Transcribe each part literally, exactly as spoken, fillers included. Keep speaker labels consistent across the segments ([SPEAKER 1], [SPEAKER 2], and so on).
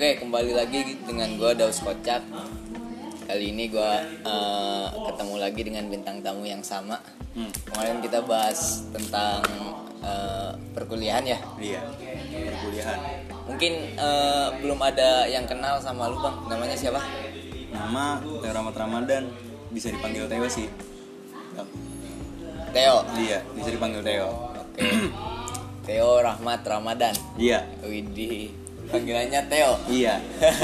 [SPEAKER 1] Oke, kembali lagi dengan gue Daus Kocak. Kali ini gue uh, ketemu lagi dengan bintang tamu yang sama. hmm. Kemarin kita bahas tentang uh, perkuliahan ya.
[SPEAKER 2] Iya, perkuliahan.
[SPEAKER 1] Mungkin uh, belum ada yang kenal sama lu bang. Namanya siapa?
[SPEAKER 2] Nama Teo Rahmat Ramadan. Bisa dipanggil Teo sih.
[SPEAKER 1] Teo?
[SPEAKER 2] Iya, bisa dipanggil Teo.
[SPEAKER 1] Oke. Teo Rahmat Ramadan.
[SPEAKER 2] Iya.
[SPEAKER 1] Widih, panggilannya Teo.
[SPEAKER 2] Iya.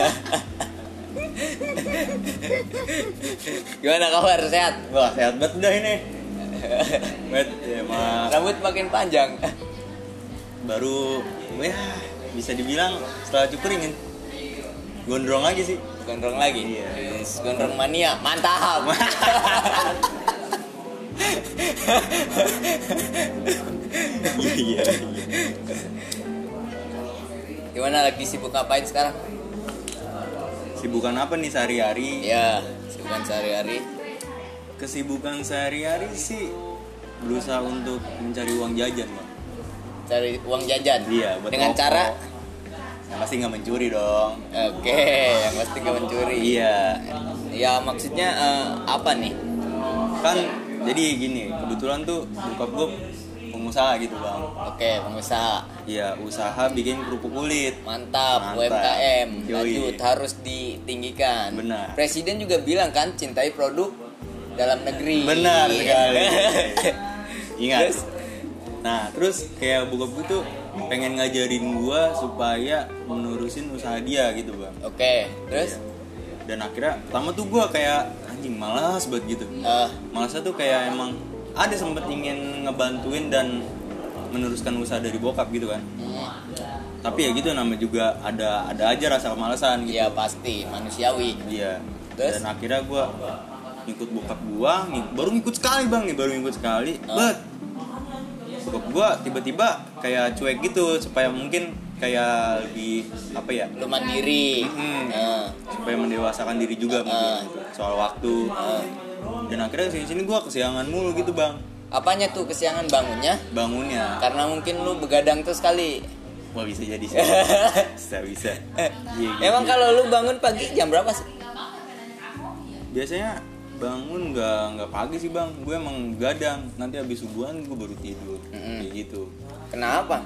[SPEAKER 1] Gimana kabar, sehat?
[SPEAKER 2] Wah, sehat banget udah ini. Bet, ya mah.
[SPEAKER 1] Rambut makin panjang.
[SPEAKER 2] Baru, ya bisa dibilang setelah cukur ingin gondrong lagi sih.
[SPEAKER 1] Gondrong lagi?
[SPEAKER 2] Iya.
[SPEAKER 1] Yes, gondrong mania, mantap.
[SPEAKER 2] Iya, iya.
[SPEAKER 1] Gimana, lagi sibuk ngapain sekarang?
[SPEAKER 2] Sibukan apa nih sehari-hari?
[SPEAKER 1] Ya, sibukan sehari-hari.
[SPEAKER 2] Kesibukan sehari-hari sih berusaha untuk mencari uang jajan, Bang.
[SPEAKER 1] Cari uang jajan?
[SPEAKER 2] Iya, buat
[SPEAKER 1] dengan
[SPEAKER 2] rokok.
[SPEAKER 1] cara?
[SPEAKER 2] Yang pasti nggak mencuri dong.
[SPEAKER 1] Oke, yang pasti nggak mencuri.
[SPEAKER 2] Iya.
[SPEAKER 1] Ya, maksudnya uh, apa nih?
[SPEAKER 2] Kan jadi gini, kebetulan tuh bokap gue pengusaha gitu, Bang.
[SPEAKER 1] Oke, pengusaha.
[SPEAKER 2] Iya, usaha bikin kerupuk kulit.
[SPEAKER 1] Mantap,
[SPEAKER 2] Mantap.
[SPEAKER 1] U M K M.
[SPEAKER 2] Yoi.
[SPEAKER 1] Lanjut, harus ditinggikan.
[SPEAKER 2] Benar.
[SPEAKER 1] Presiden juga bilang kan, cintai produk dalam negeri.
[SPEAKER 2] Benar sekali. Ingat.
[SPEAKER 1] Terus?
[SPEAKER 2] Nah, terus kayak bokap gue tuh pengen ngajarin gue supaya menerusin usaha dia gitu, Bang.
[SPEAKER 1] Oke, terus?
[SPEAKER 2] Iya. Dan akhirnya pertama tuh gue kayak anjing malas banget gitu.
[SPEAKER 1] Uh,
[SPEAKER 2] Malasnya tuh kayak emang ada sempet ingin ngebantuin dan meneruskan usaha dari bokap gitu kan.
[SPEAKER 1] hmm.
[SPEAKER 2] Tapi ya gitu, namanya juga ada ada aja rasa kemalasan gitu.
[SPEAKER 1] Iya pasti, manusiawi.
[SPEAKER 2] Iya.
[SPEAKER 1] Terus?
[SPEAKER 2] Dan akhirnya gue ngikut bokap gue, ng- baru ngikut sekali bang nih, baru ngikut sekali.
[SPEAKER 1] Uh.
[SPEAKER 2] But bokap gue tiba-tiba kayak cuek gitu supaya mungkin kayak lebih apa ya?
[SPEAKER 1] Lu mandiri.
[SPEAKER 2] Mm-hmm.
[SPEAKER 1] Uh,
[SPEAKER 2] Supaya mendewasakan diri juga mungkin
[SPEAKER 1] Uh.
[SPEAKER 2] gitu. Soal waktu.
[SPEAKER 1] uh.
[SPEAKER 2] Dan akhirnya sini-sini gue kesiangan mulu gitu bang.
[SPEAKER 1] Apanya tuh kesiangan bangunnya?
[SPEAKER 2] Bangunnya.
[SPEAKER 1] Karena mungkin lu begadang tuh sekali.
[SPEAKER 2] Wah bisa jadi sih. bisa bisa. Iya, gitu.
[SPEAKER 1] Emang kalau lu bangun pagi jam berapa sih?
[SPEAKER 2] Biasanya bangun nggak nggak pagi sih bang. Gue emang gadang. Nanti habis subuhan gue baru tidur.
[SPEAKER 1] Mm-mm.
[SPEAKER 2] Kayak gitu.
[SPEAKER 1] Kenapa?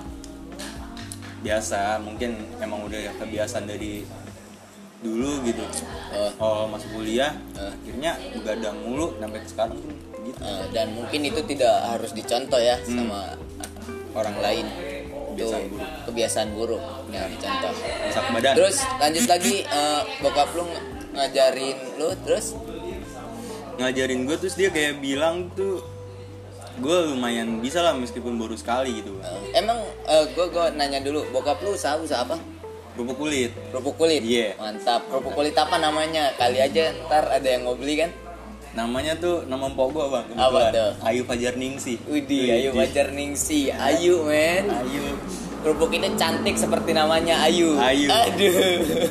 [SPEAKER 2] Biasa, mungkin emang udah kebiasaan dari dulu gitu.
[SPEAKER 1] Oh.
[SPEAKER 2] Oh masuk kuliah,
[SPEAKER 1] Uh.
[SPEAKER 2] akhirnya begadang mulu sampai sekarang pun gitu.
[SPEAKER 1] Uh, dan mungkin itu tidak harus dicontoh ya
[SPEAKER 2] Hmm.
[SPEAKER 1] sama orang lain. Itu
[SPEAKER 2] Kebiasaan buruk.
[SPEAKER 1] kebiasaan buruk yang dicontoh.
[SPEAKER 2] Masak badan.
[SPEAKER 1] Terus lanjut lagi, uh, bokap lu ng- ngajarin lu terus?
[SPEAKER 2] Ngajarin gue, terus dia kayak bilang tuh gue lumayan bisa lah meskipun baru sekali gitu bang.
[SPEAKER 1] Uh, emang uh, gue gue nanya dulu, bokap lu usaha usaha apa?
[SPEAKER 2] Kerupuk kulit.
[SPEAKER 1] Kerupuk kulit.
[SPEAKER 2] Iya.
[SPEAKER 1] Mantap. Kerupuk kulit apa namanya? Kali aja ntar ada yang mau beli kan?
[SPEAKER 2] Namanya tuh nama empok gue bang.
[SPEAKER 1] Apa
[SPEAKER 2] kebetulan.
[SPEAKER 1] tuh?
[SPEAKER 2] Ayu Fajar Ningsih.
[SPEAKER 1] Widih, Ayu Fajar Ningsih. Ayu men.
[SPEAKER 2] Ayu.
[SPEAKER 1] Kerupuk ini cantik seperti namanya Ayu.
[SPEAKER 2] Ayu.
[SPEAKER 1] Aduh.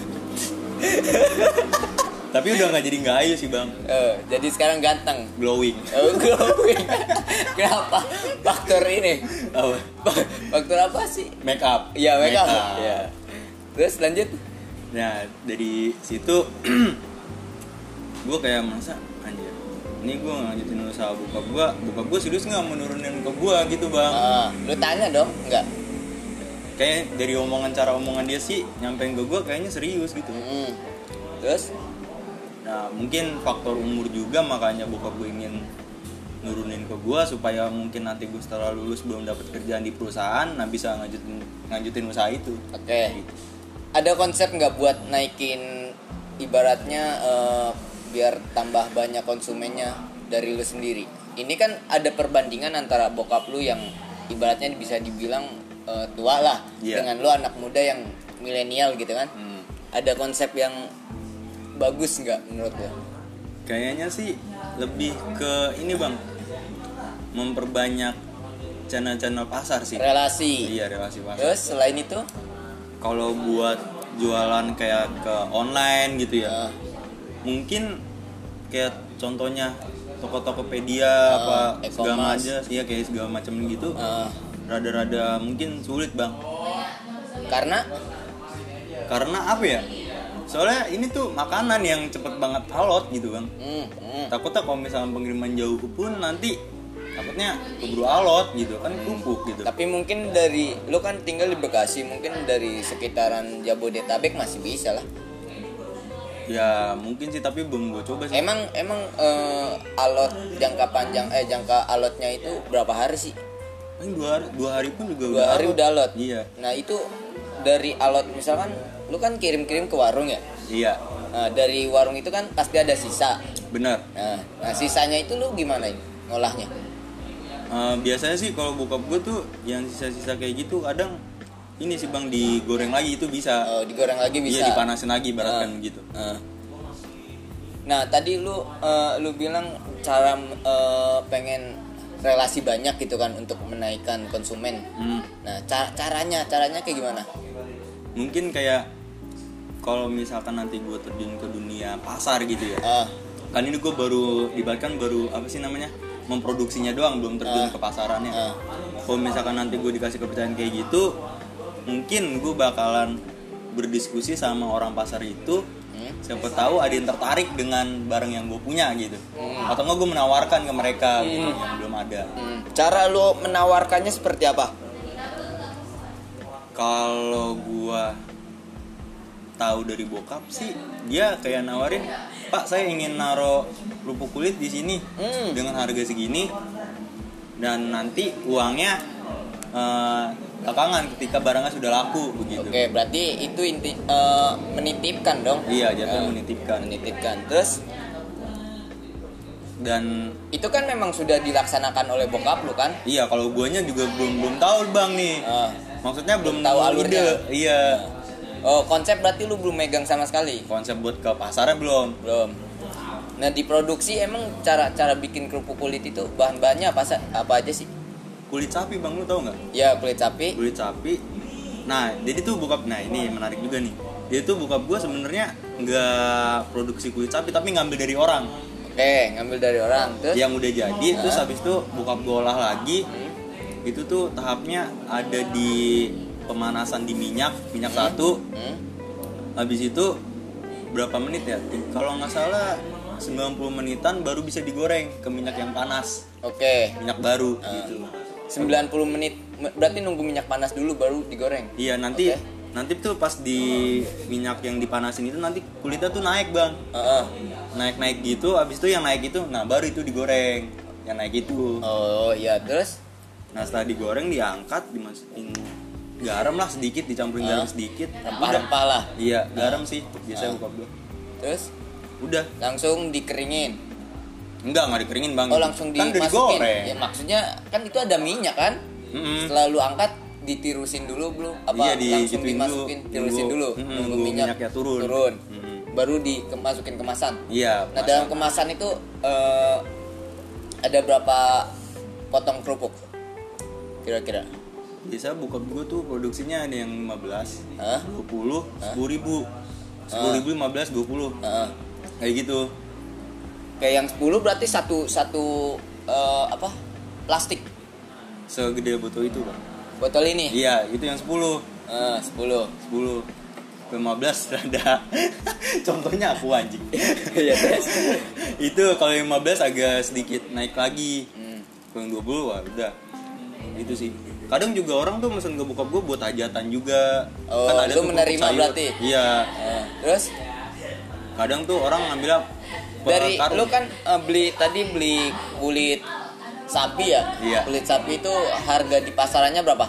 [SPEAKER 2] Tapi udah nggak jadi nggak ayu sih bang.
[SPEAKER 1] Uh, jadi sekarang ganteng.
[SPEAKER 2] Glowing.
[SPEAKER 1] Oh, glowing. Kenapa? Faktor ini.
[SPEAKER 2] Oh,
[SPEAKER 1] Faktor apa sih?
[SPEAKER 2] make up.
[SPEAKER 1] Iya, make up.
[SPEAKER 2] Make up.
[SPEAKER 1] Iya. Terus lanjut.
[SPEAKER 2] Nah dari situ gue kayak merasa anjir, ini gue ngelanjutin usaha bokap gue, bokap gue serius nggak menurunin ke gue gitu bang.
[SPEAKER 1] Ah, lu tanya dong, enggak?
[SPEAKER 2] Kayak dari omongan cara omongan dia sih nyampein ke gue kayaknya serius gitu.
[SPEAKER 1] Hmm. Terus?
[SPEAKER 2] Nah mungkin faktor umur juga makanya bokap gue ingin nurunin ke gue supaya mungkin nanti gue setelah lulus belum dapat kerjaan di perusahaan, nah bisa ngajutin ngajutin usaha itu.
[SPEAKER 1] Oke.
[SPEAKER 2] Gitu.
[SPEAKER 1] Ada konsep nggak buat naikin ibaratnya uh, biar tambah banyak konsumennya dari lu sendiri? Ini kan ada perbandingan antara bokap lu yang ibaratnya bisa dibilang uh, tua lah,
[SPEAKER 2] Yeah.
[SPEAKER 1] dengan lu anak muda yang milenial gitu kan?
[SPEAKER 2] Hmm.
[SPEAKER 1] Ada konsep yang bagus nggak menurut lu?
[SPEAKER 2] Kayaknya sih lebih ke ini bang, memperbanyak channel-channel pasar sih.
[SPEAKER 1] Relasi.
[SPEAKER 2] Iya relasi pasar.
[SPEAKER 1] Terus selain itu?
[SPEAKER 2] Kalau buat jualan kayak ke online gitu ya,
[SPEAKER 1] Uh,
[SPEAKER 2] mungkin kayak contohnya Tokopedia
[SPEAKER 1] Uh,
[SPEAKER 2] apa segala
[SPEAKER 1] e-commerce.
[SPEAKER 2] macam, iya kayak segala macam gitu,
[SPEAKER 1] uh,
[SPEAKER 2] rada-rada mungkin sulit bang.
[SPEAKER 1] karena
[SPEAKER 2] Karena apa ya? Soalnya ini tuh makanan yang cepet banget alot gitu bang.
[SPEAKER 1] Hmm, hmm.
[SPEAKER 2] Takutnya kalau misalnya pengiriman jauh pun nanti takutnya keburu alot gitu kan, kerupuk gitu.
[SPEAKER 1] Tapi mungkin dari lu kan tinggal di Bekasi, mungkin dari sekitaran Jabodetabek masih bisa lah.
[SPEAKER 2] Ya mungkin sih, tapi belum gue coba sih.
[SPEAKER 1] Emang emang eh, alot jangka panjang eh jangka alotnya itu berapa hari sih?
[SPEAKER 2] Ini dua hari, dua hari pun juga
[SPEAKER 1] Dua
[SPEAKER 2] udah
[SPEAKER 1] hari
[SPEAKER 2] alot.
[SPEAKER 1] udah alot.
[SPEAKER 2] Iya.
[SPEAKER 1] Nah itu dari alot misalkan lu kan kirim-kirim ke warung ya.
[SPEAKER 2] Iya.
[SPEAKER 1] Nah, dari warung itu kan pasti ada sisa.
[SPEAKER 2] Benar.
[SPEAKER 1] Nah, nah sisanya itu lu gimana ini ngolahnya?
[SPEAKER 2] Uh, biasanya sih kalau bokap gue tuh yang sisa-sisa kayak gitu kadang ini sih bang, digoreng lagi itu bisa.
[SPEAKER 1] Oh, digoreng lagi bisa.
[SPEAKER 2] Iya, dipanasin lagi ibaratkan
[SPEAKER 1] Nah,
[SPEAKER 2] begitu.
[SPEAKER 1] nah. Nah tadi lu eh, lu bilang cara eh, pengen relasi banyak gitu kan untuk menaikkan konsumen.
[SPEAKER 2] Hmm.
[SPEAKER 1] Nah ca- caranya caranya kayak gimana?
[SPEAKER 2] Mungkin kayak kalau misalkan nanti gue terjun ke dunia pasar gitu ya.
[SPEAKER 1] Ah,
[SPEAKER 2] Kan ini gue baru dibatkan baru apa sih namanya, memproduksinya doang, belum terjun
[SPEAKER 1] Ah.
[SPEAKER 2] ke pasarannya.
[SPEAKER 1] Ah.
[SPEAKER 2] Kalau misalkan nanti gue dikasih kepercayaan kayak gitu, mungkin gue bakalan berdiskusi sama orang pasar itu.
[SPEAKER 1] hmm?
[SPEAKER 2] Siapa tahu ada yang tertarik dengan barang yang gue punya gitu. Atau enggak gue menawarkan ke mereka gitu, yang belum ada.
[SPEAKER 1] Hmm. Cara lu menawarkannya seperti apa?
[SPEAKER 2] Kalau gue tahu dari bokap sih, dia kayak nawarin, Pak saya ingin naro kerupuk kulit di sini
[SPEAKER 1] Hmm.
[SPEAKER 2] dengan harga segini, dan nanti uangnya eh, belakangan ketika barangnya sudah laku begitu.
[SPEAKER 1] Oke, berarti itu inti eh, menitipkan dong.
[SPEAKER 2] Iya, jatuhnya
[SPEAKER 1] Eh,
[SPEAKER 2] menitipkan.
[SPEAKER 1] Menitipkan. Terus
[SPEAKER 2] Dan
[SPEAKER 1] itu kan memang sudah dilaksanakan oleh bokap lu kan?
[SPEAKER 2] iya, kalau guanya juga belum belum tahu bang nih.
[SPEAKER 1] Ah.
[SPEAKER 2] Maksudnya belum
[SPEAKER 1] tahu
[SPEAKER 2] nemu
[SPEAKER 1] alurnya.
[SPEAKER 2] ide. Iya.
[SPEAKER 1] Oh, konsep berarti lu belum megang sama sekali?
[SPEAKER 2] Konsep buat ke pasarnya belum.
[SPEAKER 1] Belum. Nah, diproduksi emang cara-cara bikin kerupuk kulit itu bahan-bahannya apa sa- apa aja sih?
[SPEAKER 2] Kulit sapi bang, lu tahu nggak?
[SPEAKER 1] Ya, kulit sapi.
[SPEAKER 2] Kulit sapi. Nah, jadi tuh bokap, nah ini menarik juga nih. Dia tuh bokap gue sebenarnya nggak produksi kulit sapi, tapi ngambil dari orang.
[SPEAKER 1] Oke, ngambil dari orang. Terus
[SPEAKER 2] Yang udah jadi, terus habis itu bokap gue olah lagi. Itu tuh tahapnya ada di pemanasan di minyak, minyak satu.
[SPEAKER 1] Hmm?
[SPEAKER 2] Habis itu berapa menit ya? Kalau nggak salah sembilan puluh menitan baru bisa digoreng ke minyak yang panas.
[SPEAKER 1] Oke.
[SPEAKER 2] Minyak baru
[SPEAKER 1] Ah.
[SPEAKER 2] gitu.
[SPEAKER 1] sembilan puluh menit berarti nunggu minyak panas dulu baru digoreng.
[SPEAKER 2] Iya, nanti
[SPEAKER 1] Oke.
[SPEAKER 2] nanti tuh pas di minyak yang dipanasin itu nanti kulitnya tuh naik, Bang.
[SPEAKER 1] Heeh.
[SPEAKER 2] Naik-naik gitu, habis itu yang naik itu, nah baru itu digoreng. Yang naik itu.
[SPEAKER 1] Oh, iya, terus
[SPEAKER 2] Nah, setelah digoreng diangkat, dimasukin garam lah sedikit, dicampurin
[SPEAKER 1] Ah.
[SPEAKER 2] garam sedikit.
[SPEAKER 1] rempah-rempah lah.
[SPEAKER 2] Iya, garam sih biasanya
[SPEAKER 1] Ah.
[SPEAKER 2] bokap gue.
[SPEAKER 1] Terus
[SPEAKER 2] Udah.
[SPEAKER 1] langsung dikeringin.
[SPEAKER 2] Enggak, enggak dikeringin, Bang.
[SPEAKER 1] Oh, langsung
[SPEAKER 2] kan udah
[SPEAKER 1] dimasukin.
[SPEAKER 2] digoreng.
[SPEAKER 1] Ya maksudnya kan itu ada minyak kan?
[SPEAKER 2] Mm-mm.
[SPEAKER 1] Setelah lu angkat ditirusin dulu belum? Apa
[SPEAKER 2] Iya, di-
[SPEAKER 1] langsung
[SPEAKER 2] gituin
[SPEAKER 1] dimasukin,
[SPEAKER 2] dulu.
[SPEAKER 1] tirusin
[SPEAKER 2] Nunggu-
[SPEAKER 1] dulu,
[SPEAKER 2] mm-mm,
[SPEAKER 1] nunggu
[SPEAKER 2] nunggu
[SPEAKER 1] minyak
[SPEAKER 2] minyaknya turun.
[SPEAKER 1] turun.
[SPEAKER 2] Mm-mm.
[SPEAKER 1] Baru dimasukin kemasan.
[SPEAKER 2] Iya.
[SPEAKER 1] Nah,
[SPEAKER 2] masak.
[SPEAKER 1] dalam kemasan itu eh, ada berapa potong kerupuk? Kira-kira?
[SPEAKER 2] Biasa bokap gue tuh produksinya ada yang lima belas,
[SPEAKER 1] Hah?
[SPEAKER 2] dua puluh, sepuluh ribu, sepuluh ribu, lima belas, dua puluh,
[SPEAKER 1] Heeh.
[SPEAKER 2] kayak gitu.
[SPEAKER 1] Kayak yang sepuluh berarti satu satu eh, apa? Plastik
[SPEAKER 2] Segede botol itu, Bang.
[SPEAKER 1] botol ini.
[SPEAKER 2] Iya, itu yang sepuluh,
[SPEAKER 1] Eh, sepuluh.
[SPEAKER 2] sepuluh, lima belas ada. Contohnya aku anjing.
[SPEAKER 1] Iya, terus.
[SPEAKER 2] Itu kalau lima belas agak sedikit naik lagi.
[SPEAKER 1] Hmm.
[SPEAKER 2] Kalau yang dua puluh wah udah. Itu sih. Kadang juga orang tuh mesen ke bokap gue buat hajatan juga.
[SPEAKER 1] Oh, lu
[SPEAKER 2] tuh
[SPEAKER 1] menerima
[SPEAKER 2] kerupuk sayur.
[SPEAKER 1] berarti?
[SPEAKER 2] Iya.
[SPEAKER 1] Eh, terus
[SPEAKER 2] Kadang tuh orang ngambil
[SPEAKER 1] dari
[SPEAKER 2] per karung.
[SPEAKER 1] lu kan eh, beli tadi beli kulit sapi ya?
[SPEAKER 2] Iya.
[SPEAKER 1] Kulit sapi itu harga di pasarannya berapa?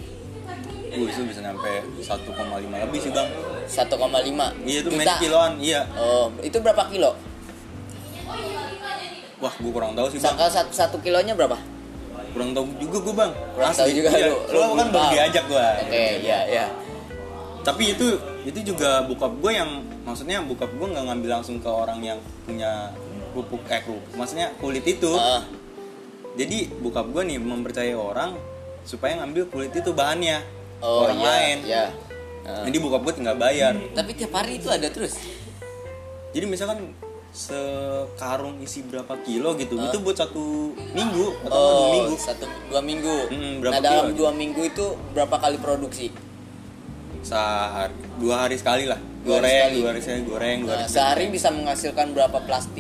[SPEAKER 2] Uh, itu bisa sampai satu koma lima lebih sih, Bang.
[SPEAKER 1] satu koma lima
[SPEAKER 2] Iya, itu
[SPEAKER 1] juta.
[SPEAKER 2] main kiloan, iya.
[SPEAKER 1] Oh, itu berapa kilo?
[SPEAKER 2] Wah, gue kurang tahu sih, Bang.
[SPEAKER 1] Sangka satu, satu kilonya berapa?
[SPEAKER 2] Kurang tahu juga gue, Bang.
[SPEAKER 1] Kurang tahu juga
[SPEAKER 2] iya.
[SPEAKER 1] lu.
[SPEAKER 2] Soalnya kan baru
[SPEAKER 1] tahu.
[SPEAKER 2] diajak gue.
[SPEAKER 1] Oke, iya, iya.
[SPEAKER 2] Tapi itu itu juga bokap gue yang maksudnya bokap gue nggak ngambil langsung ke orang yang punya kerupuk eh kerupuk. Maksudnya kulit itu.
[SPEAKER 1] Ah,
[SPEAKER 2] Jadi bokap gue nih mempercayai orang supaya ngambil kulit itu bahannya ke
[SPEAKER 1] oh,
[SPEAKER 2] orang
[SPEAKER 1] iya,
[SPEAKER 2] lain.
[SPEAKER 1] iya. Ah.
[SPEAKER 2] Jadi bokap gue tinggal bayar.
[SPEAKER 1] Tapi tiap hari itu ada terus.
[SPEAKER 2] Jadi misalkan sekarung isi berapa kilo gitu,
[SPEAKER 1] Ah.
[SPEAKER 2] itu buat satu minggu atau
[SPEAKER 1] Oh,
[SPEAKER 2] dua minggu.
[SPEAKER 1] satu dua minggu.
[SPEAKER 2] Hmm, berapa
[SPEAKER 1] nah, dalam
[SPEAKER 2] kilo?
[SPEAKER 1] dua minggu itu berapa kali produksi?
[SPEAKER 2] sehari dua hari sekali lah.
[SPEAKER 1] Dua hari
[SPEAKER 2] Goreng,
[SPEAKER 1] sekali.
[SPEAKER 2] dua hari sekali goreng, dua hari
[SPEAKER 1] Nah,
[SPEAKER 2] sekali.
[SPEAKER 1] sehari bisa menghasilkan berapa plastik?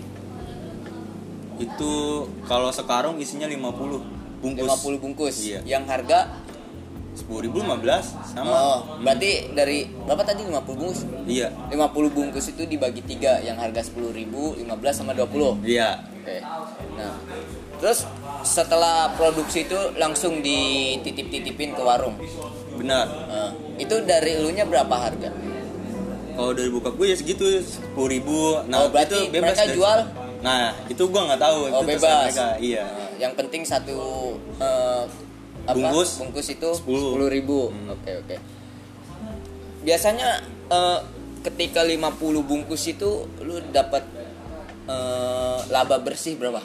[SPEAKER 2] Itu kalau sekarung isinya lima puluh bungkus.
[SPEAKER 1] lima puluh bungkus.
[SPEAKER 2] Iya.
[SPEAKER 1] Yang harga
[SPEAKER 2] sepuluh ribu lima belas sama.
[SPEAKER 1] oh, berarti dari berapa tadi lima puluh bungkus?
[SPEAKER 2] Iya.
[SPEAKER 1] lima puluh bungkus itu dibagi tiga, yang harga sepuluh ribu, lima belas sama dua puluh.
[SPEAKER 2] Iya.
[SPEAKER 1] Oke. Nah, terus setelah produksi itu langsung dititip-titipin ke warung.
[SPEAKER 2] Benar.
[SPEAKER 1] Nah, itu dari elunya berapa harga?
[SPEAKER 2] Kalau dari bokap gue ya segitu sepuluh ribu. Nah,
[SPEAKER 1] Oh, berarti
[SPEAKER 2] itu bebas
[SPEAKER 1] mereka
[SPEAKER 2] dari-
[SPEAKER 1] jual?
[SPEAKER 2] Nah, itu gue nggak tahu.
[SPEAKER 1] Oh,
[SPEAKER 2] itu terserah
[SPEAKER 1] bebas.
[SPEAKER 2] mereka. Iya.
[SPEAKER 1] Nah, yang penting satu eh, apa?
[SPEAKER 2] Bungkus?
[SPEAKER 1] Bungkus itu
[SPEAKER 2] sepuluh.
[SPEAKER 1] sepuluh ribu.
[SPEAKER 2] Hmm.
[SPEAKER 1] Oke oke. Biasanya eh, ketika lima puluh bungkus itu lu dapat eh, laba bersih berapa?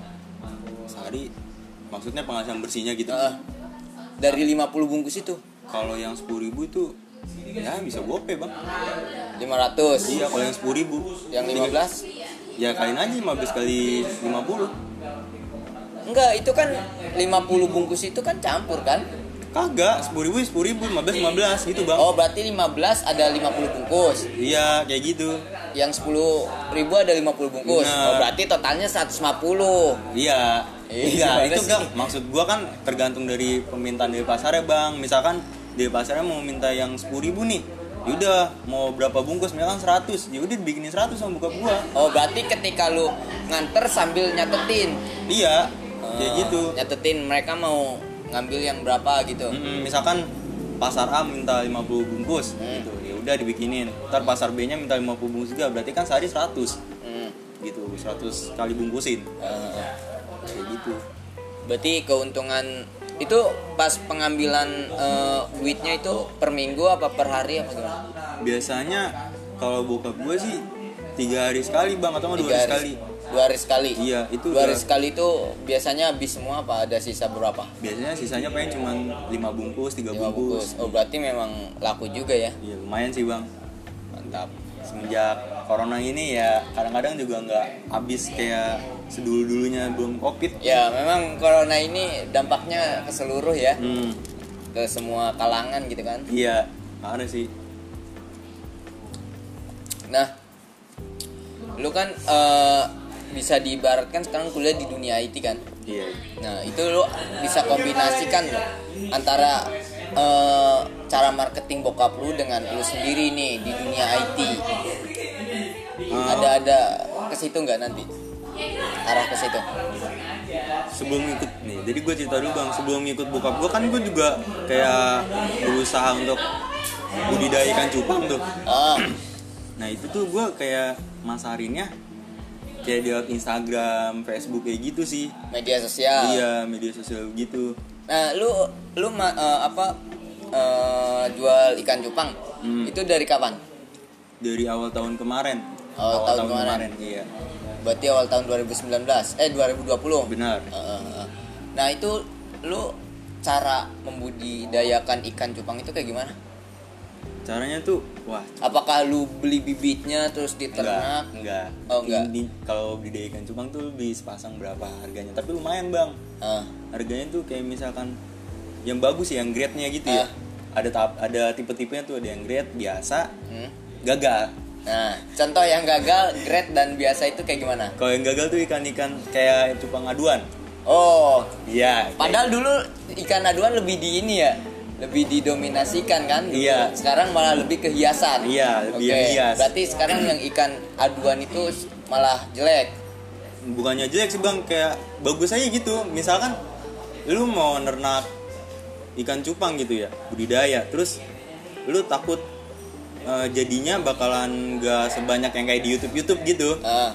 [SPEAKER 2] Sehari maksudnya penghasilan bersihnya gitu.
[SPEAKER 1] Eh, dari lima puluh bungkus itu
[SPEAKER 2] Kalau yang sepuluh ribu itu ya bisa gope bang.
[SPEAKER 1] lima ratus.
[SPEAKER 2] Iya, kalau yang sepuluh ribu.
[SPEAKER 1] Yang lima belas?
[SPEAKER 2] Ya kalian aja lima belas kali lima puluh.
[SPEAKER 1] Enggak, itu kan lima puluh bungkus itu kan campur kan?
[SPEAKER 2] Kagak, sepuluh ribu sepuluh ribu, lima belas lima belas gitu bang.
[SPEAKER 1] Oh, berarti lima belas ada lima puluh bungkus.
[SPEAKER 2] Iya, kayak gitu.
[SPEAKER 1] Yang sepuluh ribu ada lima puluh bungkus.
[SPEAKER 2] Benar.
[SPEAKER 1] Oh, berarti totalnya seratus lima puluh.
[SPEAKER 2] Iya.
[SPEAKER 1] Eh,
[SPEAKER 2] Iya,
[SPEAKER 1] gimana
[SPEAKER 2] itu
[SPEAKER 1] sih?
[SPEAKER 2] enggak. Maksud gua kan tergantung dari permintaan dari pasarnya bang. Misalkan dari pasarnya mau minta yang sepuluh ribu nih, yaudah mau berapa bungkus, misalkan seratus, ya udah dibikinin seratus sama bokap gua.
[SPEAKER 1] Oh, berarti ketika lu nganter sambil nyatetin.
[SPEAKER 2] Iya, kayak
[SPEAKER 1] Eh,
[SPEAKER 2] gitu.
[SPEAKER 1] Nyatetin mereka mau ngambil yang berapa gitu.
[SPEAKER 2] Mm-mm, misalkan pasar A minta lima puluh bungkus
[SPEAKER 1] Hmm.
[SPEAKER 2] gitu, ya udah dibikinin. Ntar pasar B-nya minta lima puluh bungkus juga, berarti kan sehari seratus
[SPEAKER 1] Hmm.
[SPEAKER 2] gitu, seratus kali bungkusin.
[SPEAKER 1] Eh,
[SPEAKER 2] Kayak gitu.
[SPEAKER 1] berarti keuntungan itu pas pengambilan eh, duitnya itu per minggu apa per hari apa gimana?
[SPEAKER 2] Biasanya kalau bokap gue sih tiga hari sekali bang, atau nggak dua
[SPEAKER 1] Tiga
[SPEAKER 2] hari
[SPEAKER 1] hari-
[SPEAKER 2] sekali.
[SPEAKER 1] Dua hari sekali.
[SPEAKER 2] Iya, itu
[SPEAKER 1] Dua hari
[SPEAKER 2] udah-
[SPEAKER 1] sekali itu biasanya habis semua apa ada sisa berapa?
[SPEAKER 2] Biasanya sisanya paling cuma lima bungkus, tiga
[SPEAKER 1] Lima
[SPEAKER 2] bungkus.
[SPEAKER 1] bungkus. Oh, berarti memang laku juga ya.
[SPEAKER 2] Iya lumayan sih bang.
[SPEAKER 1] Mantap.
[SPEAKER 2] Semenjak corona ini ya kadang-kadang juga nggak habis kayak sedulu dulunya belum covid.
[SPEAKER 1] Ya, memang corona ini dampaknya ke seluruh ya.
[SPEAKER 2] Hmm,
[SPEAKER 1] Ke semua kalangan gitu kan.
[SPEAKER 2] iya ada sih.
[SPEAKER 1] Nah, lu kan eh, bisa diibaratkan sekarang kuliah di dunia I T kan.
[SPEAKER 2] Iya.
[SPEAKER 1] Nah, itu lu bisa kombinasikan loh antara eh, cara marketing bokap lu dengan lu sendiri nih di dunia I T.
[SPEAKER 2] Ah.
[SPEAKER 1] Ada ada ke situ nggak nanti? Arah ke situ.
[SPEAKER 2] Sebelum ikut nih, jadi gue cerita dulu bang. Sebelum ikut bokap gue kan gue juga kayak berusaha untuk budidaya ikan cupang tuh.
[SPEAKER 1] Ah,
[SPEAKER 2] Nah itu tuh gue kayak masarinnya kayak di Instagram, Facebook kayak gitu sih.
[SPEAKER 1] media sosial.
[SPEAKER 2] Iya, media sosial gitu.
[SPEAKER 1] Nah, lu lu ma- eh, apa eh, jual ikan cupang?
[SPEAKER 2] Hmm.
[SPEAKER 1] Itu dari kapan?
[SPEAKER 2] Dari awal tahun kemarin.
[SPEAKER 1] Awal tahun kemarin.
[SPEAKER 2] Iya.
[SPEAKER 1] Berarti awal tahun dua ribu sembilan belas. Eh dua ribu dua puluh.
[SPEAKER 2] Benar.
[SPEAKER 1] Eh, eh, eh. Nah, itu lu cara membudidayakan ikan cupang itu kayak gimana?
[SPEAKER 2] Caranya tuh wah,
[SPEAKER 1] Apakah lu beli bibitnya terus
[SPEAKER 2] enggak,
[SPEAKER 1] diternak?
[SPEAKER 2] enggak.
[SPEAKER 1] Oh, enggak.
[SPEAKER 2] Ini kalau budidaya ikan cupang tuh beli sepasang berapa harganya, tapi lumayan, Bang.
[SPEAKER 1] Ah,
[SPEAKER 2] Harganya tuh kayak misalkan yang bagus ya, yang grade-nya gitu ya.
[SPEAKER 1] Ah.
[SPEAKER 2] Ada tahap ada tipe-tipenya tuh, ada yang grade biasa,
[SPEAKER 1] hmm.
[SPEAKER 2] gagal.
[SPEAKER 1] Nah, contoh yang gagal, grade dan biasa itu kayak gimana?
[SPEAKER 2] Kalau yang gagal tuh ikan-ikan kayak cupang aduan.
[SPEAKER 1] Oh,
[SPEAKER 2] Iya.
[SPEAKER 1] padahal dulu ikan aduan lebih di ini ya, lebih didominasikan kan? dulu.
[SPEAKER 2] Iya.
[SPEAKER 1] Sekarang malah lebih ke hiasan.
[SPEAKER 2] Iya, lebih
[SPEAKER 1] Oke,
[SPEAKER 2] yang hias.
[SPEAKER 1] berarti sekarang yang ikan aduan itu malah jelek.
[SPEAKER 2] Bukannya jelek sih bang, kayak bagus aja gitu. Misalkan lu mau nernak ikan cupang gitu ya, budidaya, terus lu takut eh, jadinya bakalan gak sebanyak yang kayak di YouTube YouTube gitu.
[SPEAKER 1] Ah,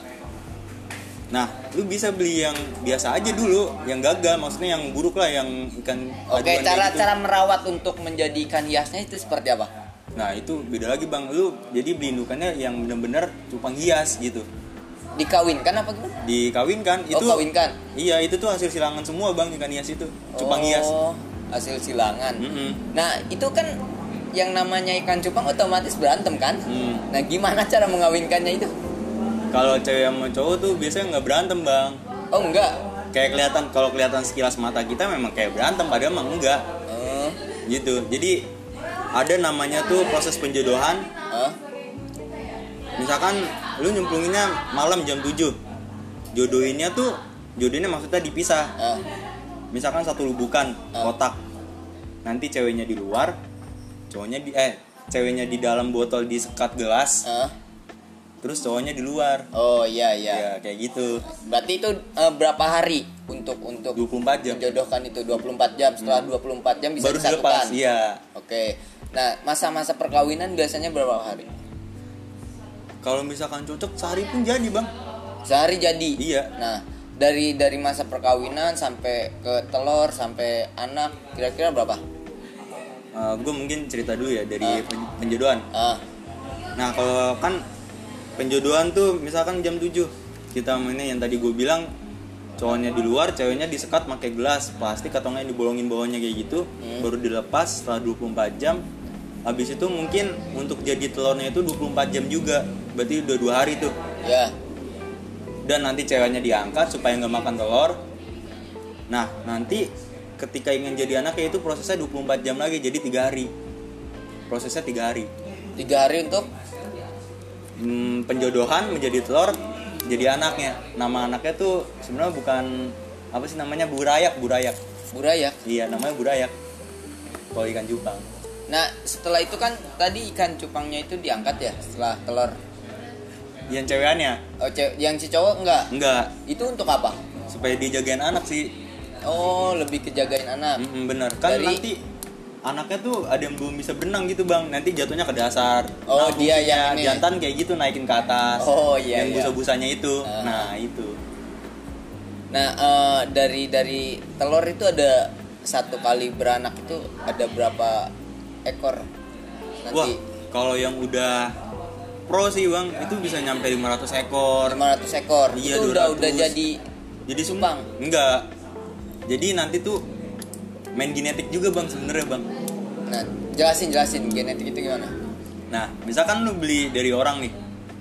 [SPEAKER 2] Nah, lu bisa beli yang biasa aja dulu, yang gagal, maksudnya yang buruk lah, yang ikan
[SPEAKER 1] Oke,
[SPEAKER 2] aduan kayak
[SPEAKER 1] cara
[SPEAKER 2] gitu.
[SPEAKER 1] cara merawat untuk menjadi ikan hiasnya itu seperti apa?
[SPEAKER 2] Nah itu beda lagi bang, lu jadi beli indukannya yang bener-bener cupang hias gitu,
[SPEAKER 1] Dikawinkan apa gimana?
[SPEAKER 2] dikawinkan.
[SPEAKER 1] Oh,
[SPEAKER 2] Itu
[SPEAKER 1] kawinkan.
[SPEAKER 2] iya, itu tuh hasil silangan semua bang, ikan hias itu, cupang
[SPEAKER 1] Oh,
[SPEAKER 2] hias.
[SPEAKER 1] hasil silangan.
[SPEAKER 2] Mm-mm.
[SPEAKER 1] Nah, itu kan yang namanya ikan cupang otomatis berantem kan?
[SPEAKER 2] Hmm.
[SPEAKER 1] Nah, gimana cara mengawinkannya itu?
[SPEAKER 2] Kalau cewek sama cowok tuh biasanya nggak berantem bang.
[SPEAKER 1] Oh, enggak.
[SPEAKER 2] Kayak kelihatan, kalau kelihatan sekilas mata kita memang kayak berantem, padahal emang enggak
[SPEAKER 1] Oh,
[SPEAKER 2] gitu. Jadi ada namanya tuh proses penjodohan.
[SPEAKER 1] Hah?
[SPEAKER 2] Misalkan lu nyemplunginnya malam jam tujuh. Jodohinnya tuh jodohinnya maksudnya dipisah.
[SPEAKER 1] Hah?
[SPEAKER 2] Misalkan satu lubukan
[SPEAKER 1] Ah.
[SPEAKER 2] kotak. Nanti ceweknya di luar, cowoknya di eh ceweknya di dalam botol disekat gelas,
[SPEAKER 1] Hah?
[SPEAKER 2] terus cowoknya di luar.
[SPEAKER 1] Oh iya iya.
[SPEAKER 2] Ya kayak gitu.
[SPEAKER 1] Berarti itu eh, berapa hari untuk untuk
[SPEAKER 2] dua puluh empat jam.
[SPEAKER 1] menjodohkan itu? dua puluh empat jam. Setelah dua puluh empat jam bisa
[SPEAKER 2] Baru
[SPEAKER 1] disatukan.
[SPEAKER 2] dilepas. Iya.
[SPEAKER 1] Oke. Nah, masa-masa perkawinan biasanya berapa hari?
[SPEAKER 2] Kalau misalkan cocok sehari pun jadi, Bang.
[SPEAKER 1] Sehari jadi.
[SPEAKER 2] Iya.
[SPEAKER 1] Nah, dari dari masa perkawinan sampai ke telur sampai anak kira-kira berapa?
[SPEAKER 2] Uh, gue mungkin cerita dulu ya dari
[SPEAKER 1] Ah.
[SPEAKER 2] pen- penjodohan.
[SPEAKER 1] Ah,
[SPEAKER 2] Nah kalau kan penjodohan tuh misalkan jam tujuh kita mainnya yang tadi gue bilang cowoknya di luar, ceweknya disekat pakai gelas plastik atau nggak dibolongin bawahnya kayak gitu,
[SPEAKER 1] Hmm.
[SPEAKER 2] baru dilepas setelah dua puluh empat jam. Habis itu mungkin untuk jadi telurnya itu dua puluh empat jam juga, berarti udah dua hari tuh.
[SPEAKER 1] ya.
[SPEAKER 2] Dan nanti ceweknya diangkat supaya nggak makan telur. Nah nanti ketika ingin jadi anak ya itu prosesnya dua puluh empat jam lagi, jadi tiga hari. Prosesnya tiga hari.
[SPEAKER 1] Tiga hari untuk
[SPEAKER 2] Hmm, penjodohan menjadi telur jadi anaknya. Nama anaknya tuh sebenarnya bukan apa sih namanya, burayak burayak
[SPEAKER 1] burayak.
[SPEAKER 2] iya namanya burayak kalau ikan cupang.
[SPEAKER 1] Nah, setelah itu kan tadi ikan cupangnya itu diangkat ya setelah telur.
[SPEAKER 2] Yang cewekannya
[SPEAKER 1] Oh, ce- yang si cowok enggak?
[SPEAKER 2] enggak,
[SPEAKER 1] Itu untuk apa?
[SPEAKER 2] supaya dijagain anak sih.
[SPEAKER 1] Oh, lebih kejagain anak.
[SPEAKER 2] Mm-mm, bener kan.
[SPEAKER 1] Dari-
[SPEAKER 2] Nanti anaknya tuh ada yang belum bisa berenang gitu Bang, nanti jatuhnya ke dasar.
[SPEAKER 1] Oh, dia
[SPEAKER 2] fungsinya
[SPEAKER 1] yang ini.
[SPEAKER 2] jantan kayak gitu naikin ke atas.
[SPEAKER 1] Oh, iya,
[SPEAKER 2] yang
[SPEAKER 1] iya.
[SPEAKER 2] busa-busanya itu.
[SPEAKER 1] Ah.
[SPEAKER 2] Nah itu
[SPEAKER 1] Nah, eh, dari dari telur itu ada satu kali beranak itu ada berapa ekor?
[SPEAKER 2] wah
[SPEAKER 1] Nanti
[SPEAKER 2] kalau yang udah pro sih Bang itu bisa nyampe lima ratus ekor.
[SPEAKER 1] lima ratus ekor.
[SPEAKER 2] Iya,
[SPEAKER 1] Itu udah
[SPEAKER 2] dua ratus.
[SPEAKER 1] udah jadi
[SPEAKER 2] Jadi
[SPEAKER 1] cupang.
[SPEAKER 2] enggak. Jadi nanti tuh main genetik juga Bang sebenarnya Bang.
[SPEAKER 1] Nah, jelasin jelasin genetik itu gimana?
[SPEAKER 2] Nah, misalkan lu beli dari orang nih.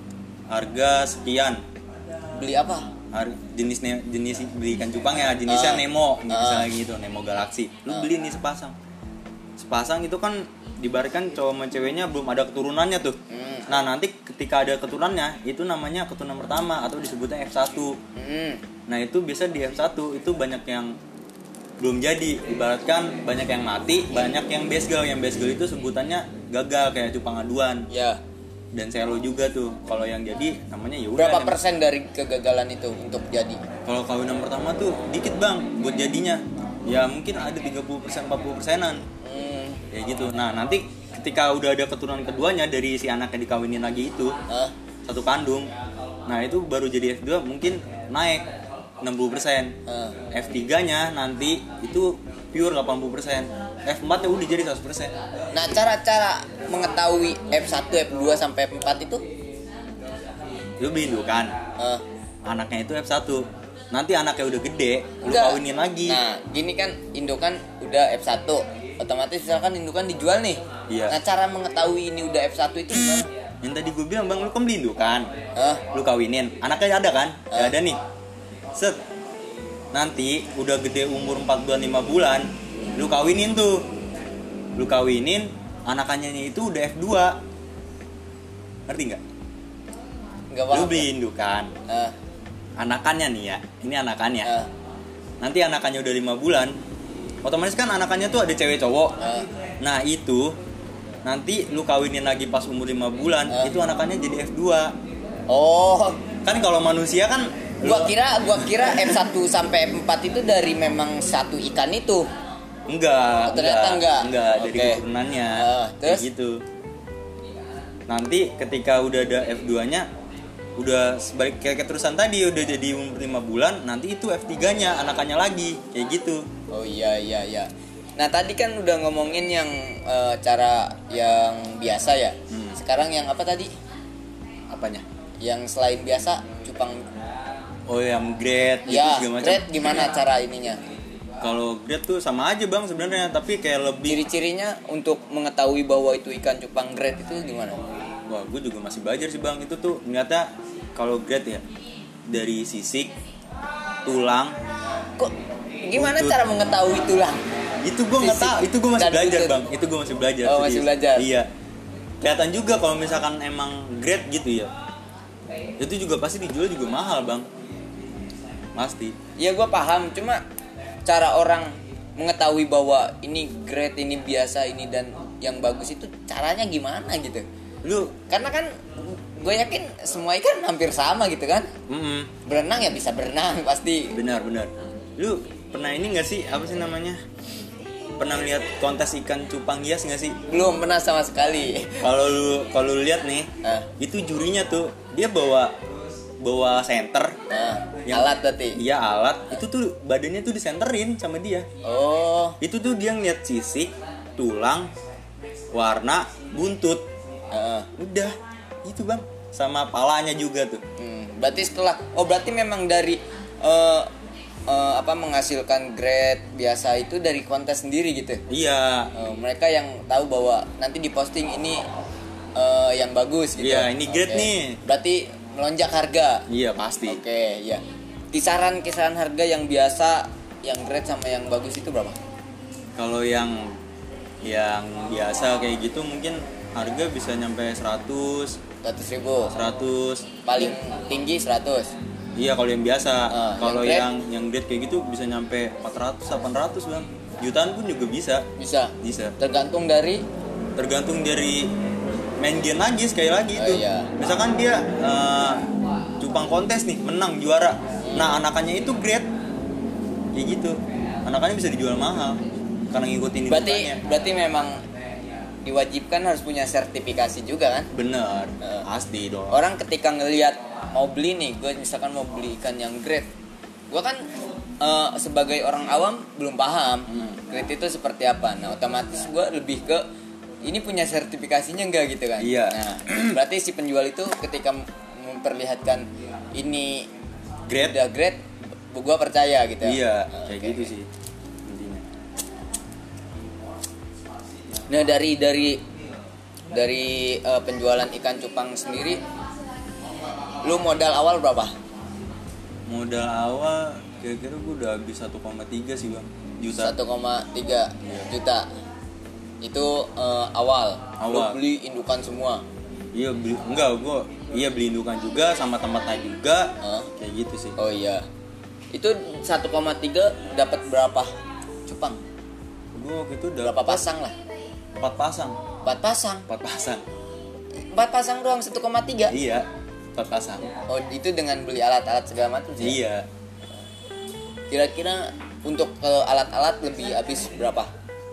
[SPEAKER 2] Harga sekian.
[SPEAKER 1] Beli apa?
[SPEAKER 2] Har- jenis ne- jenis beli ikan cupang ya, jenisnya
[SPEAKER 1] Ah.
[SPEAKER 2] Nemo,
[SPEAKER 1] Ah.
[SPEAKER 2] misalnya gitu, Nemo Galaxy. Lu
[SPEAKER 1] Ah.
[SPEAKER 2] beli nih sepasang. Sepasang itu kan dibaratkan cowok sama ceweknya belum ada keturunannya tuh.
[SPEAKER 1] Hmm.
[SPEAKER 2] Nah, nanti ketika ada keturunannya, itu namanya keturunan pertama atau disebutnya F satu.
[SPEAKER 1] Hmm.
[SPEAKER 2] Nah itu biasa di F satu itu banyak yang belum jadi, ibaratkan banyak yang mati, banyak yang besgal. Yang besgal itu sebutannya gagal kayak cupang aduan
[SPEAKER 1] Ya.
[SPEAKER 2] dan selo juga tuh. Kalau yang jadi namanya ya udah.
[SPEAKER 1] Berapa
[SPEAKER 2] yang-
[SPEAKER 1] persen dari kegagalan itu untuk jadi?
[SPEAKER 2] Kalau kawinan pertama tuh dikit Bang buat jadinya. Ya mungkin ada tiga puluh persen empat puluh persenan.
[SPEAKER 1] Hmm.
[SPEAKER 2] Kayak gitu. Nah, nanti ketika udah ada keturunan keduanya dari si anak yang dikawinin lagi itu,
[SPEAKER 1] Hah?
[SPEAKER 2] satu kandung. Nah, itu baru jadi F dua mungkin naik enam puluh persen.
[SPEAKER 1] Hah.
[SPEAKER 2] F tiga-nya nanti itu pure delapan puluh persen. F empat-nya udah jadi seratus persen.
[SPEAKER 1] Nah, cara-cara mengetahui F satu, F dua sampai F empat itu
[SPEAKER 2] Lu beli indukan.
[SPEAKER 1] eh,
[SPEAKER 2] Anaknya itu F satu. Nanti anaknya udah gede, lu
[SPEAKER 1] enggak.
[SPEAKER 2] kawinin lagi.
[SPEAKER 1] Nah, gini kan indukan udah F satu. Otomatis misalkan indukan dijual nih.
[SPEAKER 2] Iya.
[SPEAKER 1] Nah, cara mengetahui ini udah F satu itu gimana?
[SPEAKER 2] Yang tadi gue bilang, Bang, lu kan beli indukan.
[SPEAKER 1] Hah?
[SPEAKER 2] Lu kawinin, anaknya ada kan?
[SPEAKER 1] Ah.
[SPEAKER 2] Gak ada nih. Set. Nanti udah gede umur empat bulan lima bulan, lu kawinin tuh. Lu kawinin, anakannya itu udah F dua. Ngerti nggak?
[SPEAKER 1] Enggak
[SPEAKER 2] Lu
[SPEAKER 1] paham.
[SPEAKER 2] beli indukan.
[SPEAKER 1] Eh,
[SPEAKER 2] Anakannya nih ya. Ini anakannya.
[SPEAKER 1] eh,
[SPEAKER 2] Nanti anakannya udah lima bulan. Otomatis kan anakannya tuh ada cewek cowok.
[SPEAKER 1] eh.
[SPEAKER 2] Nah, itu nanti lu kawinin lagi pas umur lima bulan,
[SPEAKER 1] Ah.
[SPEAKER 2] itu anakannya jadi F dua.
[SPEAKER 1] Oh,
[SPEAKER 2] Kan kalau manusia kan
[SPEAKER 1] gua
[SPEAKER 2] lu-
[SPEAKER 1] kira gua kira F satu sampai F empat itu dari memang satu ikan itu.
[SPEAKER 2] enggak,
[SPEAKER 1] Oh, ternyata enggak.
[SPEAKER 2] enggak dari
[SPEAKER 1] Oke.
[SPEAKER 2] keturunannya.
[SPEAKER 1] Ah,
[SPEAKER 2] Kayak
[SPEAKER 1] terus?
[SPEAKER 2] gitu. Nanti ketika udah ada F dua-nya udah sebalik kayak keterusan tadi udah jadi umur lima bulan, nanti itu F tiga-nya anakannya lagi kayak gitu.
[SPEAKER 1] Oh iya iya iya. Nah tadi kan udah ngomongin yang eh, cara yang biasa ya.
[SPEAKER 2] Hmm.
[SPEAKER 1] Sekarang yang apa tadi?
[SPEAKER 2] Apanya?
[SPEAKER 1] Yang selain biasa cupang.
[SPEAKER 2] Oh, yang grade gitu
[SPEAKER 1] Ya,
[SPEAKER 2] segala macam.
[SPEAKER 1] grade gimana cara ininya?
[SPEAKER 2] Kalau grade tuh sama aja Bang sebenarnya, tapi kayak lebih.
[SPEAKER 1] Ciri-cirinya untuk mengetahui bahwa itu ikan cupang grade itu gimana?
[SPEAKER 2] Wah, gue juga masih belajar sih Bang. Itu tuh ternyata kalau grade ya dari sisik, tulang.
[SPEAKER 1] Kok gimana
[SPEAKER 2] Buntut.
[SPEAKER 1] cara mengetahui tulang?
[SPEAKER 2] Itu gue nggak
[SPEAKER 1] fisik
[SPEAKER 2] tahu, itu gue masih
[SPEAKER 1] dan
[SPEAKER 2] belajar
[SPEAKER 1] lutut.
[SPEAKER 2] bang, itu gue masih belajar.
[SPEAKER 1] Oh, masih
[SPEAKER 2] serius.
[SPEAKER 1] belajar.
[SPEAKER 2] Iya. Kelihatan juga kalau misalkan emang grade gitu ya. Itu juga pasti dijual juga mahal bang. Pasti.
[SPEAKER 1] Ya gue paham, cuma cara orang mengetahui bahwa ini grade, ini biasa, ini dan yang bagus itu caranya gimana gitu.
[SPEAKER 2] Lu,
[SPEAKER 1] Karena kan gue yakin semua ikan hampir sama gitu kan.
[SPEAKER 2] mm
[SPEAKER 1] Berenang ya bisa berenang pasti.
[SPEAKER 2] benar benar. Lu pernah ini nggak sih, apa sih namanya? Pernah lihat kontes ikan cupang hias nggak sih?
[SPEAKER 1] Belum pernah sama sekali.
[SPEAKER 2] Kalau lu kalau lu lihat nih,
[SPEAKER 1] Ah.
[SPEAKER 2] itu jurinya tuh dia bawa bawa senter.
[SPEAKER 1] Nah,
[SPEAKER 2] Yang-
[SPEAKER 1] alat berarti.
[SPEAKER 2] Iya alat, itu tuh badannya tuh disenterin sama dia.
[SPEAKER 1] Oh,
[SPEAKER 2] Itu tuh dia ngeliat sisik, tulang, warna, buntut.
[SPEAKER 1] heeh.
[SPEAKER 2] Udah, itu bang. Sama palanya juga tuh.
[SPEAKER 1] Hmm, berarti setelah oh berarti memang dari eh, eh, apa menghasilkan grade biasa itu dari kontes sendiri gitu.
[SPEAKER 2] Iya.
[SPEAKER 1] Eh, mereka yang tahu bahwa nanti diposting ini eh, yang bagus gitu.
[SPEAKER 2] Iya, ini grade
[SPEAKER 1] Oke.
[SPEAKER 2] nih.
[SPEAKER 1] Berarti melonjak harga.
[SPEAKER 2] Iya pasti.
[SPEAKER 1] Oke, ya. Kisaran-kisaran harga yang biasa, yang grade sama yang bagus itu berapa?
[SPEAKER 2] Kalau yang yang biasa kayak gitu mungkin harga bisa nyampe seratus,
[SPEAKER 1] seratus ribu.
[SPEAKER 2] seratus.
[SPEAKER 1] Paling tinggi seratus.
[SPEAKER 2] Iya kalau yang biasa.
[SPEAKER 1] Ah,
[SPEAKER 2] Kalau
[SPEAKER 1] yang
[SPEAKER 2] yang yang grade kayak gitu bisa nyampe empat ratus, delapan ratus bang. Jutaan pun juga bisa.
[SPEAKER 1] Bisa.
[SPEAKER 2] Bisa.
[SPEAKER 1] Tergantung dari
[SPEAKER 2] Tergantung dari main game lagi sekali lagi
[SPEAKER 1] Oh,
[SPEAKER 2] itu.
[SPEAKER 1] iya.
[SPEAKER 2] Misalkan dia eh, cupang kontes nih menang juara. Nah anakannya itu grade kayak gitu. Anakannya bisa dijual mahal karena ngikutin
[SPEAKER 1] berarti
[SPEAKER 2] hitungannya.
[SPEAKER 1] berarti memang diwajibkan harus punya sertifikasi juga kan?
[SPEAKER 2] Bener,
[SPEAKER 1] Eh.
[SPEAKER 2] pasti dong.
[SPEAKER 1] Orang ketika ngelihat mau beli nih, gue misalkan mau beli ikan yang grade, gue kan eh, sebagai orang awam belum paham
[SPEAKER 2] Hmm.
[SPEAKER 1] grade itu seperti apa. Nah otomatis gue lebih ke ini punya sertifikasinya enggak gitu kan?
[SPEAKER 2] Iya.
[SPEAKER 1] Nah berarti si penjual itu ketika memperlihatkan ini
[SPEAKER 2] Grade.
[SPEAKER 1] udah grade, gue percaya gitu.
[SPEAKER 2] Iya,
[SPEAKER 1] Nah,
[SPEAKER 2] kayak
[SPEAKER 1] oke,
[SPEAKER 2] gitu
[SPEAKER 1] oke.
[SPEAKER 2] sih intinya.
[SPEAKER 1] Nah dari dari dari eh, penjualan ikan cupang sendiri, lu modal awal berapa?
[SPEAKER 2] Modal awal kira-kira gue udah habis satu koma tiga sih bang, juta.
[SPEAKER 1] satu koma tiga
[SPEAKER 2] Iya.
[SPEAKER 1] juta. Itu eh, awal. Lu
[SPEAKER 2] Awal.
[SPEAKER 1] beli indukan semua.
[SPEAKER 2] Iya beli, enggak gue iya beli indukan juga sama tempatnya juga.
[SPEAKER 1] Hah?
[SPEAKER 2] Kayak gitu sih.
[SPEAKER 1] Oh iya. Itu satu koma tiga dapat berapa cupang?
[SPEAKER 2] Gue waktu itu udah
[SPEAKER 1] Berapa pasang lah?
[SPEAKER 2] empat pasang,
[SPEAKER 1] empat pasang.
[SPEAKER 2] empat pasang.
[SPEAKER 1] empat pasang doang satu koma tiga.
[SPEAKER 2] Iya, empat pasang.
[SPEAKER 1] Oh, itu dengan beli alat-alat segala macam sih.
[SPEAKER 2] Iya.
[SPEAKER 1] Kira-kira untuk eh, alat-alat lebih habis berapa?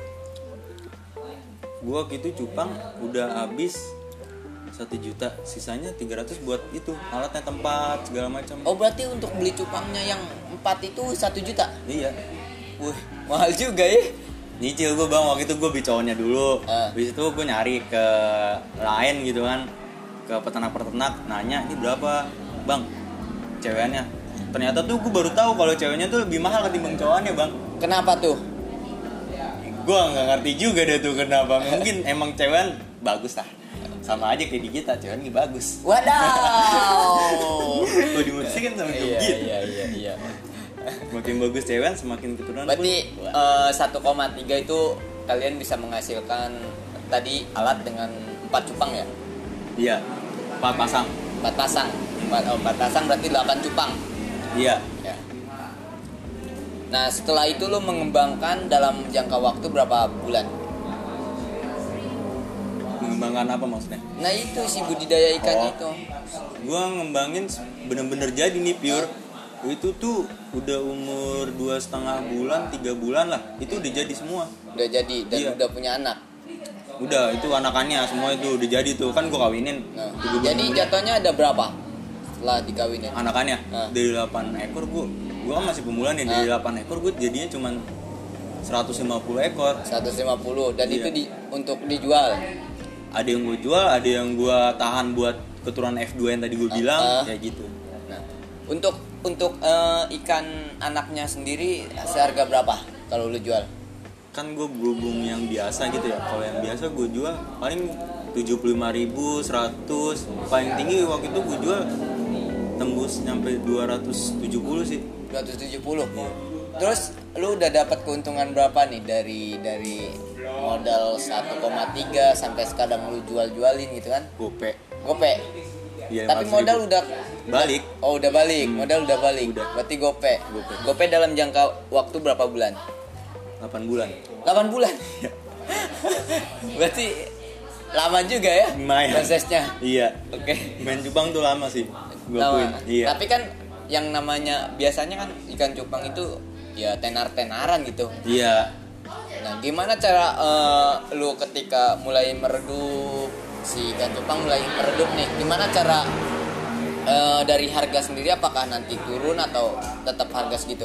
[SPEAKER 2] Gue waktu itu cupang udah habis satu juta, sisanya tiga ratus buat itu alatnya, tempat segala macam.
[SPEAKER 1] Oh, berarti untuk beli cupangnya yang empat itu satu juta?
[SPEAKER 2] Iya.
[SPEAKER 1] Wih, mahal juga ya.
[SPEAKER 2] Nyicil gue bang, waktu itu gue beli cowoknya dulu.
[SPEAKER 1] Ah.
[SPEAKER 2] Habis itu gue nyari ke lain gitu kan, ke peternak-peternak, nanya ini berapa bang ceweknya. Ternyata tuh gue baru tahu kalau ceweknya tuh lebih mahal ketimbang cowoknya bang.
[SPEAKER 1] Kenapa tuh?
[SPEAKER 2] Gue nggak ngerti juga deh tuh kenapa. Mungkin emang cewek bagus lah, sama aja kayak di kita, ceweknya bagus.
[SPEAKER 1] Wadaw.
[SPEAKER 2] Kalau di musik kan sama
[SPEAKER 1] Iya,
[SPEAKER 2] gitu.
[SPEAKER 1] iya, iya, iya.
[SPEAKER 2] Makin bagus cewek, semakin keturunan
[SPEAKER 1] Berarti
[SPEAKER 2] pun. Wah.
[SPEAKER 1] eh, satu koma tiga itu kalian bisa menghasilkan tadi alat dengan empat cupang ya?
[SPEAKER 2] Iya, empat pasang.
[SPEAKER 1] empat pasang. empat, oh, empat pasang berarti delapan cupang.
[SPEAKER 2] Iya.
[SPEAKER 1] Ya. Nah, setelah itu lo mengembangkan dalam jangka waktu berapa bulan?
[SPEAKER 2] Mengembangkan apa maksudnya?
[SPEAKER 1] Nah, itu si budidaya ikan
[SPEAKER 2] Oh.
[SPEAKER 1] itu.
[SPEAKER 2] Gua ngembangin bener-bener jadi nih pure. Itu tuh udah umur dua setengah bulan, tiga bulan lah. Itu udah jadi semua.
[SPEAKER 1] Udah jadi dan
[SPEAKER 2] Iya.
[SPEAKER 1] udah punya anak.
[SPEAKER 2] Udah itu anakannya semua itu udah jadi tuh, kan gua kawinin.
[SPEAKER 1] Nah,
[SPEAKER 2] Tiga bulan
[SPEAKER 1] jadi
[SPEAKER 2] kemudian.
[SPEAKER 1] jatuhnya ada berapa setelah dikawinin?
[SPEAKER 2] Anakannya
[SPEAKER 1] Ah.
[SPEAKER 2] dari delapan ekor gua. Gua kan masih pemula nih, dari
[SPEAKER 1] Ah.
[SPEAKER 2] delapan ekor gua jadinya cuman seratus lima puluh ekor.
[SPEAKER 1] seratus lima puluh dan
[SPEAKER 2] Iya.
[SPEAKER 1] itu di, untuk dijual.
[SPEAKER 2] Ada yang gua jual, ada yang gua tahan buat keturunan F dua yang tadi gua bilang,
[SPEAKER 1] Ah.
[SPEAKER 2] kayak gitu.
[SPEAKER 1] Nah, untuk untuk eh, ikan anaknya sendiri seharga berapa kalau lu jual?
[SPEAKER 2] Kan gue berhubung yang biasa gitu ya, kalau yang biasa gue jual paling tujuh puluh lima ribu, seratus, paling tinggi waktu itu gue jual tembus nyampe dua ratus tujuh puluh sih.
[SPEAKER 1] dua ratus tujuh puluh.
[SPEAKER 2] Iya.
[SPEAKER 1] Terus lu udah dapat keuntungan berapa nih dari dari modal satu koma tiga sampai sekarang lu jual-jualin gitu kan?
[SPEAKER 2] Gope.
[SPEAKER 1] Gope.
[SPEAKER 2] Iya,
[SPEAKER 1] Tapi modal udah
[SPEAKER 2] balik.
[SPEAKER 1] Oh, udah balik.
[SPEAKER 2] Hmm.
[SPEAKER 1] Modal udah balik.
[SPEAKER 2] Udah.
[SPEAKER 1] Berarti gope.
[SPEAKER 2] Gope.
[SPEAKER 1] Gope dalam jangka waktu berapa bulan?
[SPEAKER 2] delapan bulan.
[SPEAKER 1] delapan bulan. Berarti lama juga ya
[SPEAKER 2] Lumayan.
[SPEAKER 1] prosesnya.
[SPEAKER 2] Iya.
[SPEAKER 1] Oke.
[SPEAKER 2] Main cupang tuh lama sih. Gua
[SPEAKER 1] Lama.
[SPEAKER 2] akuin. Iya.
[SPEAKER 1] Tapi kan yang namanya biasanya kan ikan cupang itu ya tenar-tenaran gitu.
[SPEAKER 2] Iya.
[SPEAKER 1] Nah, gimana cara eh, lu ketika mulai meredup si ikan cupang mulai meredup nih? Gimana cara eh, dari harga sendiri apakah nanti turun atau tetap harga segitu?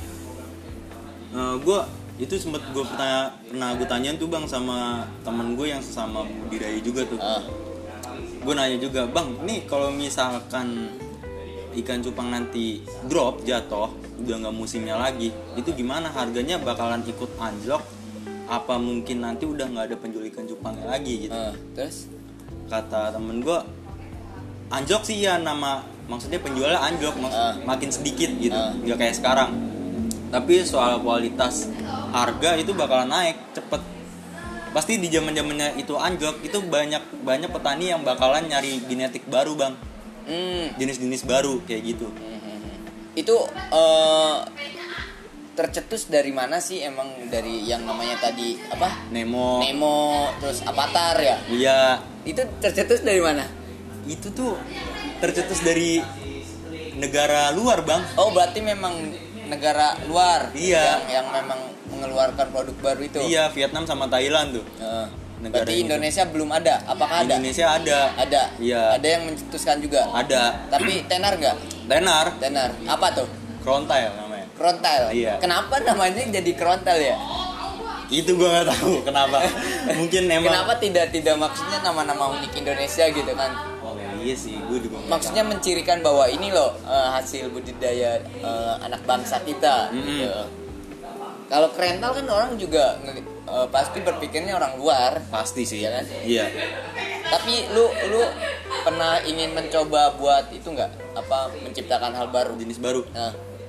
[SPEAKER 2] Uh, gue itu sempat gue pernah pernah gue tanyain tuh bang sama temen gue yang sesama budidaya juga tuh.
[SPEAKER 1] Uh.
[SPEAKER 2] Gue nanya juga, bang, nih kalau misalkan ikan cupang nanti drop jatuh udah nggak musimnya lagi, itu gimana harganya bakalan ikut anjlok? Apa mungkin nanti udah nggak ada penjual ikan cupangnya lagi gitu?
[SPEAKER 1] Uh, terus?
[SPEAKER 2] Kata temen gue, anjlok sih ya, nama maksudnya penjualnya anjlok, mak-
[SPEAKER 1] Uh.
[SPEAKER 2] makin sedikit gitu,
[SPEAKER 1] Uh.
[SPEAKER 2] nggak kayak sekarang. Tapi soal kualitas harga itu bakalan naik cepet. Pasti di zaman zamannya itu anjlok, itu banyak banyak petani yang bakalan nyari genetik baru bang,
[SPEAKER 1] Hmm.
[SPEAKER 2] jenis-jenis baru kayak gitu.
[SPEAKER 1] Itu eh, tercetus dari mana sih emang dari yang namanya tadi apa?
[SPEAKER 2] Nemo,
[SPEAKER 1] Nemo terus Avatar ya?
[SPEAKER 2] iya,
[SPEAKER 1] Itu tercetus dari mana?
[SPEAKER 2] itu tuh tercetus dari negara luar bang.
[SPEAKER 1] Oh, berarti memang negara luar
[SPEAKER 2] Iya.
[SPEAKER 1] yang yang memang mengeluarkan produk baru itu.
[SPEAKER 2] Iya, Vietnam sama Thailand tuh.
[SPEAKER 1] Eh,
[SPEAKER 2] Negara
[SPEAKER 1] berarti
[SPEAKER 2] itu.
[SPEAKER 1] Indonesia belum ada. Apakah ada?
[SPEAKER 2] Indonesia ada,
[SPEAKER 1] Ada.
[SPEAKER 2] Iya.
[SPEAKER 1] Ada yang mencetuskan juga.
[SPEAKER 2] ada.
[SPEAKER 1] Tapi tenar nggak?
[SPEAKER 2] Tenar,
[SPEAKER 1] Tenar. Apa tuh?
[SPEAKER 2] Krontail namanya.
[SPEAKER 1] Krontail.
[SPEAKER 2] Iya.
[SPEAKER 1] Kenapa namanya jadi krontail ya?
[SPEAKER 2] Itu gue nggak tahu kenapa. Mungkin emang.
[SPEAKER 1] Kenapa tidak tidak maksudnya nama-nama unik Indonesia gitu kan?
[SPEAKER 2] Oh iya sih, gue juga. nggak
[SPEAKER 1] Maksudnya mencirikan bahwa ini loh eh, hasil budidaya eh, anak bangsa kita.
[SPEAKER 2] Mm-mm.
[SPEAKER 1] Gitu. Kalau krental kan orang juga nge- eh, pasti berpikirnya orang luar.
[SPEAKER 2] tahu. Pasti sih.
[SPEAKER 1] Iya kan?
[SPEAKER 2] Iya.
[SPEAKER 1] Tapi lu lu pernah ingin mencoba buat itu nggak? Apa menciptakan hal baru?
[SPEAKER 2] Jenis baru.
[SPEAKER 1] Nah,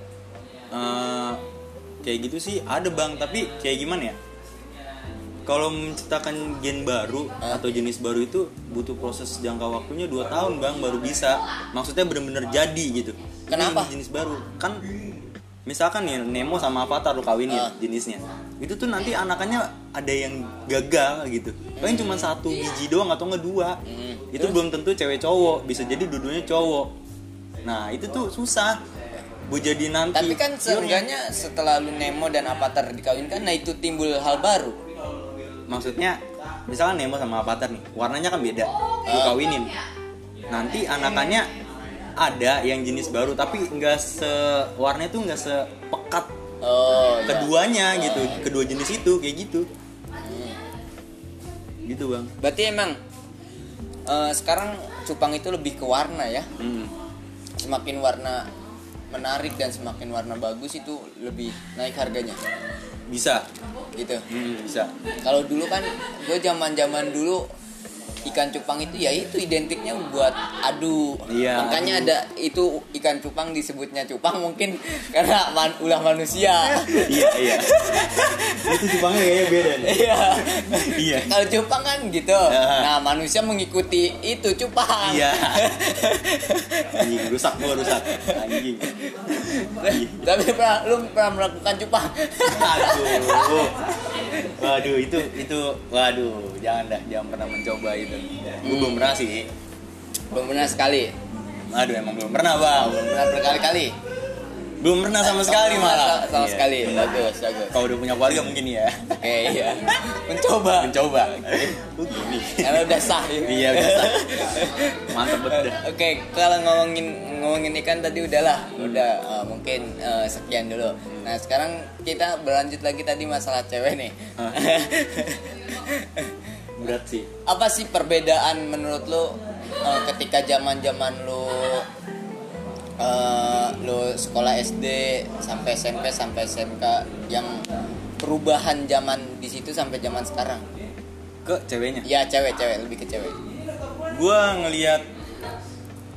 [SPEAKER 2] Eh, kayak gitu sih ada bang, tapi kayak gimana ya? Kalau menciptakan gen baru
[SPEAKER 1] Hah?
[SPEAKER 2] atau jenis baru itu butuh proses jangka waktunya dua tahun bang baru bisa. Maksudnya benar-benar jadi gitu.
[SPEAKER 1] Kenapa?
[SPEAKER 2] Ini jenis baru kan. Misalkan nih Nemo sama Avatar lu kawinin
[SPEAKER 1] Ah.
[SPEAKER 2] jenisnya, itu tuh nanti anakannya ada yang gagal gitu. Paling cuma satu biji doang atau nggak dua.
[SPEAKER 1] Hmm.
[SPEAKER 2] Itu belum tentu cewek cowok, bisa jadi dua-duanya cowok. Nah itu tuh susah. Bu jadi nanti.
[SPEAKER 1] tapi kan
[SPEAKER 2] pure-nya.
[SPEAKER 1] seenggaknya setelah lu Nemo dan Avatar dikawinkan, nah itu timbul hal baru.
[SPEAKER 2] Maksudnya misalkan Nemo sama Avatar nih, warnanya kan beda. Lu
[SPEAKER 1] Ah.
[SPEAKER 2] kawinin. Nanti anakannya ada yang jenis baru tapi nggak se warnanya tuh nggak sepekat
[SPEAKER 1] Oh, iya.
[SPEAKER 2] keduanya gitu, kedua jenis itu kayak gitu. Gitu bang.
[SPEAKER 1] Berarti emang eh, sekarang cupang itu lebih ke warna ya.
[SPEAKER 2] Hmm.
[SPEAKER 1] Semakin warna menarik dan semakin warna bagus itu lebih naik harganya.
[SPEAKER 2] Bisa.
[SPEAKER 1] Gitu.
[SPEAKER 2] Hmm, bisa.
[SPEAKER 1] Kalau dulu kan gue zaman-zaman dulu ikan cupang itu ya itu identiknya buat adu.
[SPEAKER 2] Iya,
[SPEAKER 1] Makanya
[SPEAKER 2] adu.
[SPEAKER 1] ada itu ikan cupang disebutnya cupang mungkin karena man, ulah manusia.
[SPEAKER 2] Iya iya. Itu cupangnya kayaknya beda nih.
[SPEAKER 1] Iya.
[SPEAKER 2] Iya.
[SPEAKER 1] Kalau cupang kan gitu. Nah, manusia mengikuti itu cupang.
[SPEAKER 2] Iya. Anjing rusak gua rusak. Anjing.
[SPEAKER 1] Tapi pernah, lu pernah melakukan cupang?
[SPEAKER 2] Aduh. Waduh itu itu waduh jangan dah jangan pernah mencoba itu. Gue belum pernah sih.
[SPEAKER 1] Belum pernah sekali.
[SPEAKER 2] Aduh emang belum pernah bang.
[SPEAKER 1] Belum pernah berkali-kali.
[SPEAKER 2] Belum pernah sama sekali malah.
[SPEAKER 1] Sama
[SPEAKER 2] Iya.
[SPEAKER 1] sekali. Bagus, bagus.
[SPEAKER 2] Kalau udah punya keluarga mungkin ya.
[SPEAKER 1] Oke, iya. Mencoba.
[SPEAKER 2] Mencoba. Oh gini.
[SPEAKER 1] Karena udah sah ya.
[SPEAKER 2] Iya udah sah. Mantap banget dah.
[SPEAKER 1] Oke, kalau ngomongin ngomongin ikan tadi udahlah, udah eh, mungkin eh, sekian dulu. Nah, sekarang kita berlanjut lagi tadi masalah cewek nih.
[SPEAKER 2] Hah? Berat sih.
[SPEAKER 1] Apa sih perbedaan menurut lo eh, ketika zaman-zaman lo eh, lo sekolah S D sampai S M P sampai S M K yang perubahan zaman di situ sampai zaman sekarang?
[SPEAKER 2] Ke ceweknya.
[SPEAKER 1] Ya, cewek-cewek, lebih ke cewek.
[SPEAKER 2] Gue ngelihat,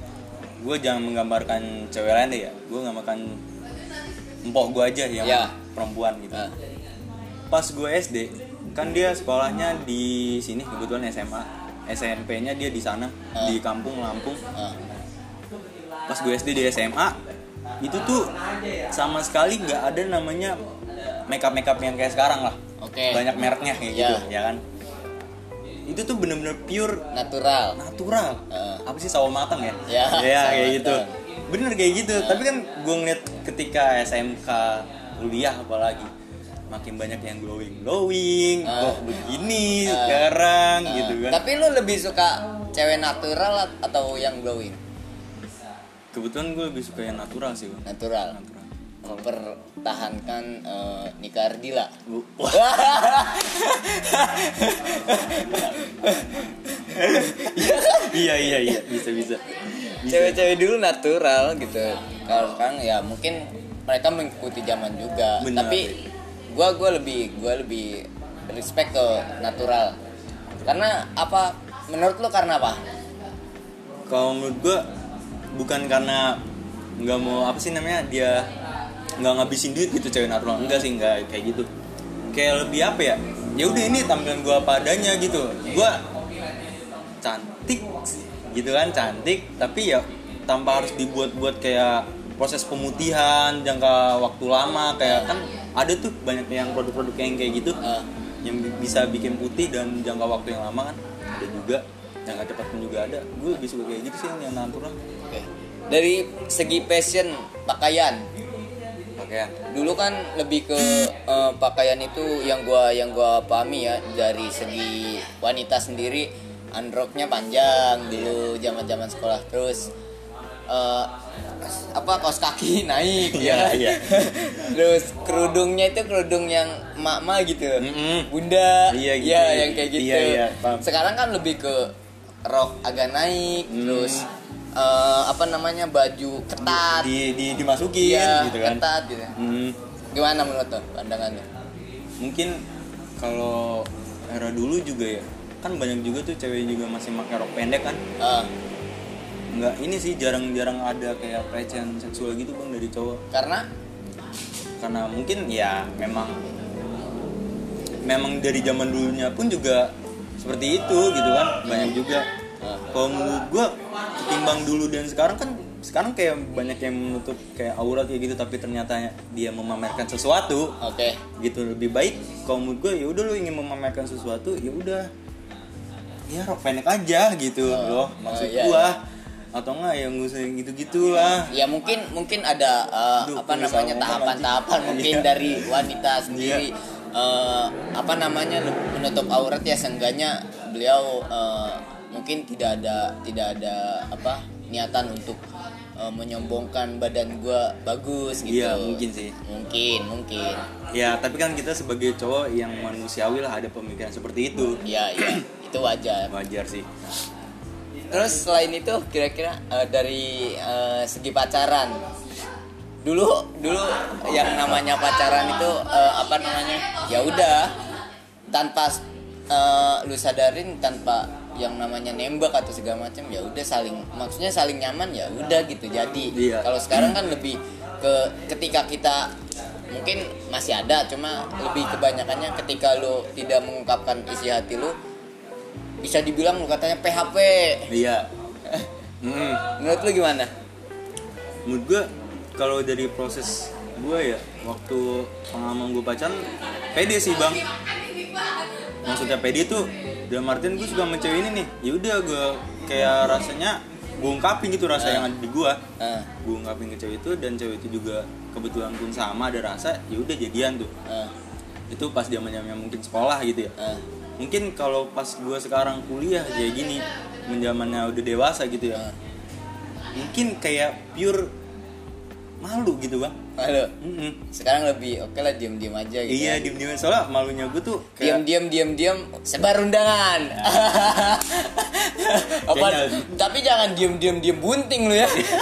[SPEAKER 2] gue jangan menggambarkan cewek lain deh ya. Gue nggambarkan empok gue aja yang
[SPEAKER 1] Ya.
[SPEAKER 2] perempuan gitu.
[SPEAKER 1] Ah.
[SPEAKER 2] Pas gue S D kan dia sekolahnya di sini, kebetulan S M A, S M P-nya dia di sana,
[SPEAKER 1] Ah.
[SPEAKER 2] di kampung Lampung.
[SPEAKER 1] Ah.
[SPEAKER 2] Pas gue S D di S M A itu tuh sama sekali nggak ada namanya makeup makeup yang kayak sekarang lah.
[SPEAKER 1] Oke.
[SPEAKER 2] Banyak mereknya kayak
[SPEAKER 1] Ya.
[SPEAKER 2] gitu, ya kan. Itu tuh bener-bener pure
[SPEAKER 1] Natural.
[SPEAKER 2] natural.
[SPEAKER 1] Uh.
[SPEAKER 2] Apa sih, sawo matang ya?
[SPEAKER 1] Ya,
[SPEAKER 2] ya
[SPEAKER 1] sawo
[SPEAKER 2] kayak gitu.
[SPEAKER 1] matang.
[SPEAKER 2] Bener kayak gitu.
[SPEAKER 1] Uh.
[SPEAKER 2] Tapi kan gue ngeliat ketika S M K, kuliah apalagi, makin banyak yang glowing glowing.
[SPEAKER 1] Uh.
[SPEAKER 2] Kok begini
[SPEAKER 1] Uh.
[SPEAKER 2] sekarang
[SPEAKER 1] Ah.
[SPEAKER 2] gitu kan.
[SPEAKER 1] Tapi lu lebih suka cewek natural atau yang glowing?
[SPEAKER 2] Kebetulan gue lebih suka yang natural sih, Bang.
[SPEAKER 1] Natural.
[SPEAKER 2] Natural.
[SPEAKER 1] Mempertahankan uh, nikah Ardila.
[SPEAKER 2] Bu- iya iya iya bisa bisa. Bisa.
[SPEAKER 1] Cewek-cewek dulu natural gitu. Kalau sekarang ya mungkin mereka mengikuti zaman juga.
[SPEAKER 2] Benar.
[SPEAKER 1] Tapi gua gua lebih gua lebih respect ke natural. Karena apa? Menurut lu karena apa?
[SPEAKER 2] Kalau menurut gue bukan karena nggak mau apa sih namanya dia nggak ngabisin duit gitu cewek natural, enggak sih, enggak kayak gitu. Kayak lebih apa ya? Ya udah ini tampilan gue apa adanya gitu. Gue cantik gitu kan, cantik tapi ya tanpa harus dibuat-buat kayak proses pemutihan jangka waktu lama. Kayak kan ada tuh banyak yang produk-produk yang kayak gitu
[SPEAKER 1] Uh,
[SPEAKER 2] yang bisa bikin putih dan jangka waktu yang lama kan ada juga, yang nggak cepat pun juga ada. Gue lebih suka kayak gitu sih yang natural.
[SPEAKER 1] Oke. Dari segi fashion pakaian,
[SPEAKER 2] Pakaian.
[SPEAKER 1] dulu kan lebih ke eh, pakaian itu yang gua yang gua pahami ya, dari segi wanita sendiri androknya panjang dulu zaman-zaman sekolah, terus eh, apa kaos kaki naik
[SPEAKER 2] Iya,
[SPEAKER 1] ya.
[SPEAKER 2] iya.
[SPEAKER 1] Terus kerudungnya itu kerudung yang emak-emak gitu.
[SPEAKER 2] Mm-mm.
[SPEAKER 1] Bunda.
[SPEAKER 2] Iya, gitu.
[SPEAKER 1] Ya, yang kayak gitu.
[SPEAKER 2] Iya, iya, paham.
[SPEAKER 1] Sekarang kan lebih ke rok agak naik,
[SPEAKER 2] Hmm.
[SPEAKER 1] terus eh, apa namanya baju ketat.
[SPEAKER 2] Di, di dimasukin
[SPEAKER 1] Iya,
[SPEAKER 2] gitu kan.
[SPEAKER 1] ketat gitu.
[SPEAKER 2] Hmm,
[SPEAKER 1] Gimana menurut lo pandangannya?
[SPEAKER 2] mungkin kalau era dulu juga ya kan banyak juga tuh cewek juga masih pakai rok pendek kan.
[SPEAKER 1] Eh,
[SPEAKER 2] Nggak, ini sih jarang-jarang ada kayak pelecehan seksual gitu bang dari cowok,
[SPEAKER 1] karena
[SPEAKER 2] karena mungkin ya memang memang dari zaman dulunya pun juga seperti itu gitu kan, banyak juga.
[SPEAKER 1] eh,
[SPEAKER 2] Kalau menurut gue ketimbang dulu dan sekarang kan, sekarang kayak banyak yang menutup kayak aurat kayak gitu tapi ternyata dia memamerkan sesuatu
[SPEAKER 1] oke.
[SPEAKER 2] gitu. Lebih baik kalau menurut gue ya udah, lo ingin memamerkan sesuatu ya udah ya rok pendek aja gitu
[SPEAKER 1] Oh,
[SPEAKER 2] loh
[SPEAKER 1] oh,
[SPEAKER 2] maksud
[SPEAKER 1] iya,
[SPEAKER 2] gue.
[SPEAKER 1] iya.
[SPEAKER 2] Atau enggak ya nggak usah gitu-gitu lah.
[SPEAKER 1] Ya mungkin mungkin ada eh,
[SPEAKER 2] Aduh,
[SPEAKER 1] apa
[SPEAKER 2] bisa
[SPEAKER 1] namanya
[SPEAKER 2] ngomong
[SPEAKER 1] tahapan-tahapan
[SPEAKER 2] lagi.
[SPEAKER 1] mungkin
[SPEAKER 2] Iya.
[SPEAKER 1] dari wanita sendiri eh, apa namanya menutup aurat ya, seenggaknya beliau eh, mungkin tidak ada tidak ada apa niatan untuk eh, menyombongkan badan gua bagus gitu.
[SPEAKER 2] Iya, mungkin sih.
[SPEAKER 1] Mungkin mungkin.
[SPEAKER 2] Ya tapi kan kita sebagai cowok yang manusiawi lah ada pemikiran seperti itu.
[SPEAKER 1] Ya ya itu wajar.
[SPEAKER 2] Wajar sih.
[SPEAKER 1] Terus selain itu kira-kira eh, dari eh, segi pacaran, dulu dulu yang namanya pacaran itu eh, apa namanya, ya udah tanpa eh, lu sadarin, tanpa yang namanya nembak atau segala macam, ya udah saling, maksudnya saling nyaman ya udah gitu jadi.
[SPEAKER 2] Iya.
[SPEAKER 1] Kalau sekarang kan lebih ke ketika kita mungkin masih ada, cuma lebih kebanyakannya ketika lu tidak mengungkapkan isi hati lu, bisa dibilang lu katanya P H P.
[SPEAKER 2] Iya. Mm.
[SPEAKER 1] Menurut lu gimana?
[SPEAKER 2] Menurut gue kalau dari proses gue ya waktu pengalaman gue pacaran pede sih bang. Maksudnya pede tuh dalam artian gue suka sama cewek ini nih, ya udah gue kayak rasanya gue ungkapin gitu rasa
[SPEAKER 1] Uh.
[SPEAKER 2] yang ada di gue.
[SPEAKER 1] Uh,
[SPEAKER 2] Gue ungkapin ke cewek itu dan cewek itu juga kebetulan pun sama ada rasa, ya udah jadian tuh.
[SPEAKER 1] uh,
[SPEAKER 2] Itu pas zaman-zamannya mungkin sekolah gitu ya.
[SPEAKER 1] uh,
[SPEAKER 2] Mungkin kalau pas gue sekarang kuliah kayak gini, menjamannya udah dewasa gitu ya,
[SPEAKER 1] uh.
[SPEAKER 2] mungkin kayak pure malu gitu bang.
[SPEAKER 1] Halo.
[SPEAKER 2] Mm-mm.
[SPEAKER 1] Sekarang lebih oke lah, diem-diem aja gitu.
[SPEAKER 2] Iya diem-diem, soalnya malunya gue tuh kayak
[SPEAKER 1] Diam-diam diam-diam sebar undangan. Apa?
[SPEAKER 2] Kayaknya-
[SPEAKER 1] Tapi jangan diam-diam diam bunting lu ya.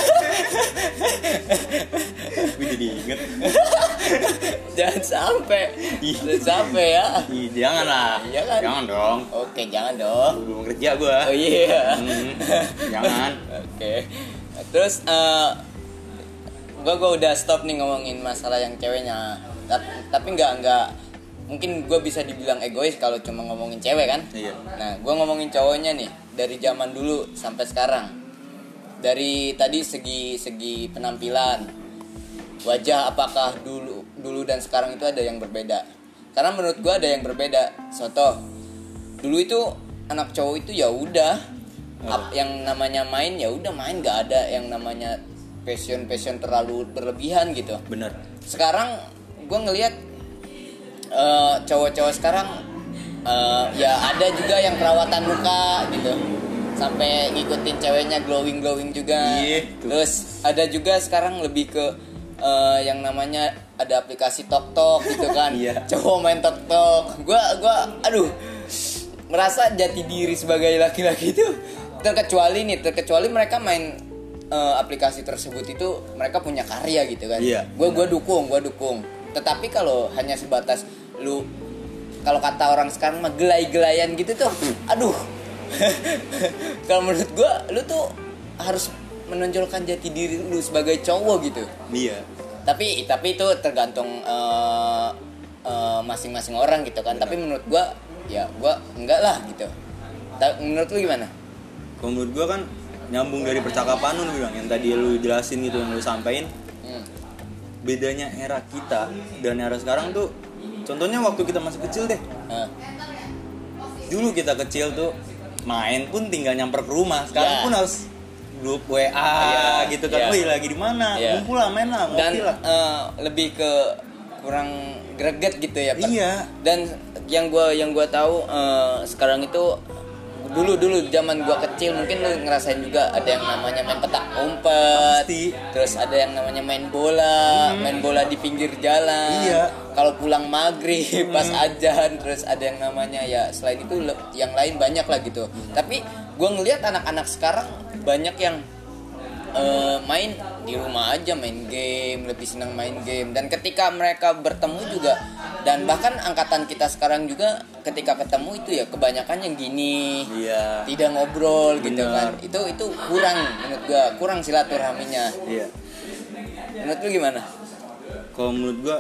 [SPEAKER 2] gue jadi inget.
[SPEAKER 1] Jangan sampai.
[SPEAKER 2] Ih.
[SPEAKER 1] Jangan sampai ya.
[SPEAKER 2] Ih, jangan lah,
[SPEAKER 1] Iya kan?
[SPEAKER 2] jangan dong.
[SPEAKER 1] Oke, jangan dong.
[SPEAKER 2] Gue belum kerja gue.
[SPEAKER 1] Oh iya.
[SPEAKER 2] Hmm, jangan.
[SPEAKER 1] Oke. Terus eh gua gua udah stop nih ngomongin masalah yang ceweknya. Ta- tapi nggak nggak mungkin gue bisa dibilang egois kalau cuma ngomongin cewek kan.
[SPEAKER 2] Iya.
[SPEAKER 1] Nah gue ngomongin cowoknya nih dari zaman dulu sampai sekarang. Dari tadi segi segi penampilan, wajah, apakah dulu dulu dan sekarang itu ada yang berbeda? Karena menurut gue ada yang berbeda. Contoh, dulu itu anak cowok itu ya udah, ap- yang namanya main ya udah main, nggak ada yang namanya passion passion terlalu berlebihan gitu.
[SPEAKER 2] Bener.
[SPEAKER 1] Sekarang gue ngelihat uh, cowok-cowok sekarang uh, ya ada juga yang perawatan muka gitu, sampai ngikutin ceweknya glowing glowing juga.
[SPEAKER 2] Iya, tuh.
[SPEAKER 1] Terus ada juga sekarang lebih ke uh, yang namanya ada aplikasi Tok Tok gitu kan.
[SPEAKER 2] Iya.
[SPEAKER 1] Cowok main Tok Tok. Gue gue aduh merasa jati diri sebagai laki-laki itu terkecuali nih terkecuali mereka main uh, aplikasi tersebut itu mereka punya karya gitu kan.
[SPEAKER 2] Iya,
[SPEAKER 1] Gue gue dukung, gue dukung. Tetapi kalau hanya sebatas lu, kalau kata orang sekarang mah gelai-gelayan gitu tuh, aduh. Kalau menurut gue, lu tuh harus menonjolkan jati diri lu sebagai cowok gitu.
[SPEAKER 2] Iya.
[SPEAKER 1] Tapi tapi itu tergantung uh, uh, masing-masing orang gitu kan. Tapi menurut gue, ya gue enggak lah gitu. Ta- menurut lu gimana?
[SPEAKER 2] Kalau menurut gue kan nyambung dari percakapan lu bilang yang tadi lu jelasin gitu, yang lu sampein.
[SPEAKER 1] Hmm.
[SPEAKER 2] Bedanya era kita dan era sekarang tuh, contohnya waktu kita masih kecil deh.
[SPEAKER 1] Uh.
[SPEAKER 2] Dulu kita kecil tuh main pun tinggal nyamper ke rumah. Sekarang
[SPEAKER 1] Ya.
[SPEAKER 2] pun harus grup W A
[SPEAKER 1] Ya,
[SPEAKER 2] gitu kan.
[SPEAKER 1] ya.
[SPEAKER 2] Wih lagi di mana?
[SPEAKER 1] Ya.
[SPEAKER 2] Ngumpul lah, main lah,
[SPEAKER 1] Dan
[SPEAKER 2] ngopi lah.
[SPEAKER 1] uh, lebih ke kurang greget gitu ya Pak.
[SPEAKER 2] Iya.
[SPEAKER 1] Dan yang gue yang gua tahu uh, sekarang itu dulu dulu zaman gua kecil mungkin lu ngerasain juga ada yang namanya main petak umpet.
[SPEAKER 2] Pasti.
[SPEAKER 1] Terus ada yang namanya main bola,
[SPEAKER 2] Hmm.
[SPEAKER 1] main bola di pinggir jalan.
[SPEAKER 2] Iya.
[SPEAKER 1] Kalau pulang maghrib
[SPEAKER 2] Hmm.
[SPEAKER 1] pas ajan, terus ada yang namanya ya selain itu le- yang lain banyak lah gitu.
[SPEAKER 2] Hmm.
[SPEAKER 1] Tapi gua ngelihat anak-anak sekarang banyak yang eh, main di rumah aja, main game, lebih senang main game. Dan ketika mereka bertemu juga, dan bahkan angkatan kita sekarang juga ketika ketemu itu ya kebanyakan yang gini,
[SPEAKER 2] Iya.
[SPEAKER 1] tidak ngobrol gitu
[SPEAKER 2] Bener.
[SPEAKER 1] kan. Itu itu kurang menurut gua, kurang silaturahminya.
[SPEAKER 2] Iya.
[SPEAKER 1] Menurut lu gimana?
[SPEAKER 2] Kalau menurut gua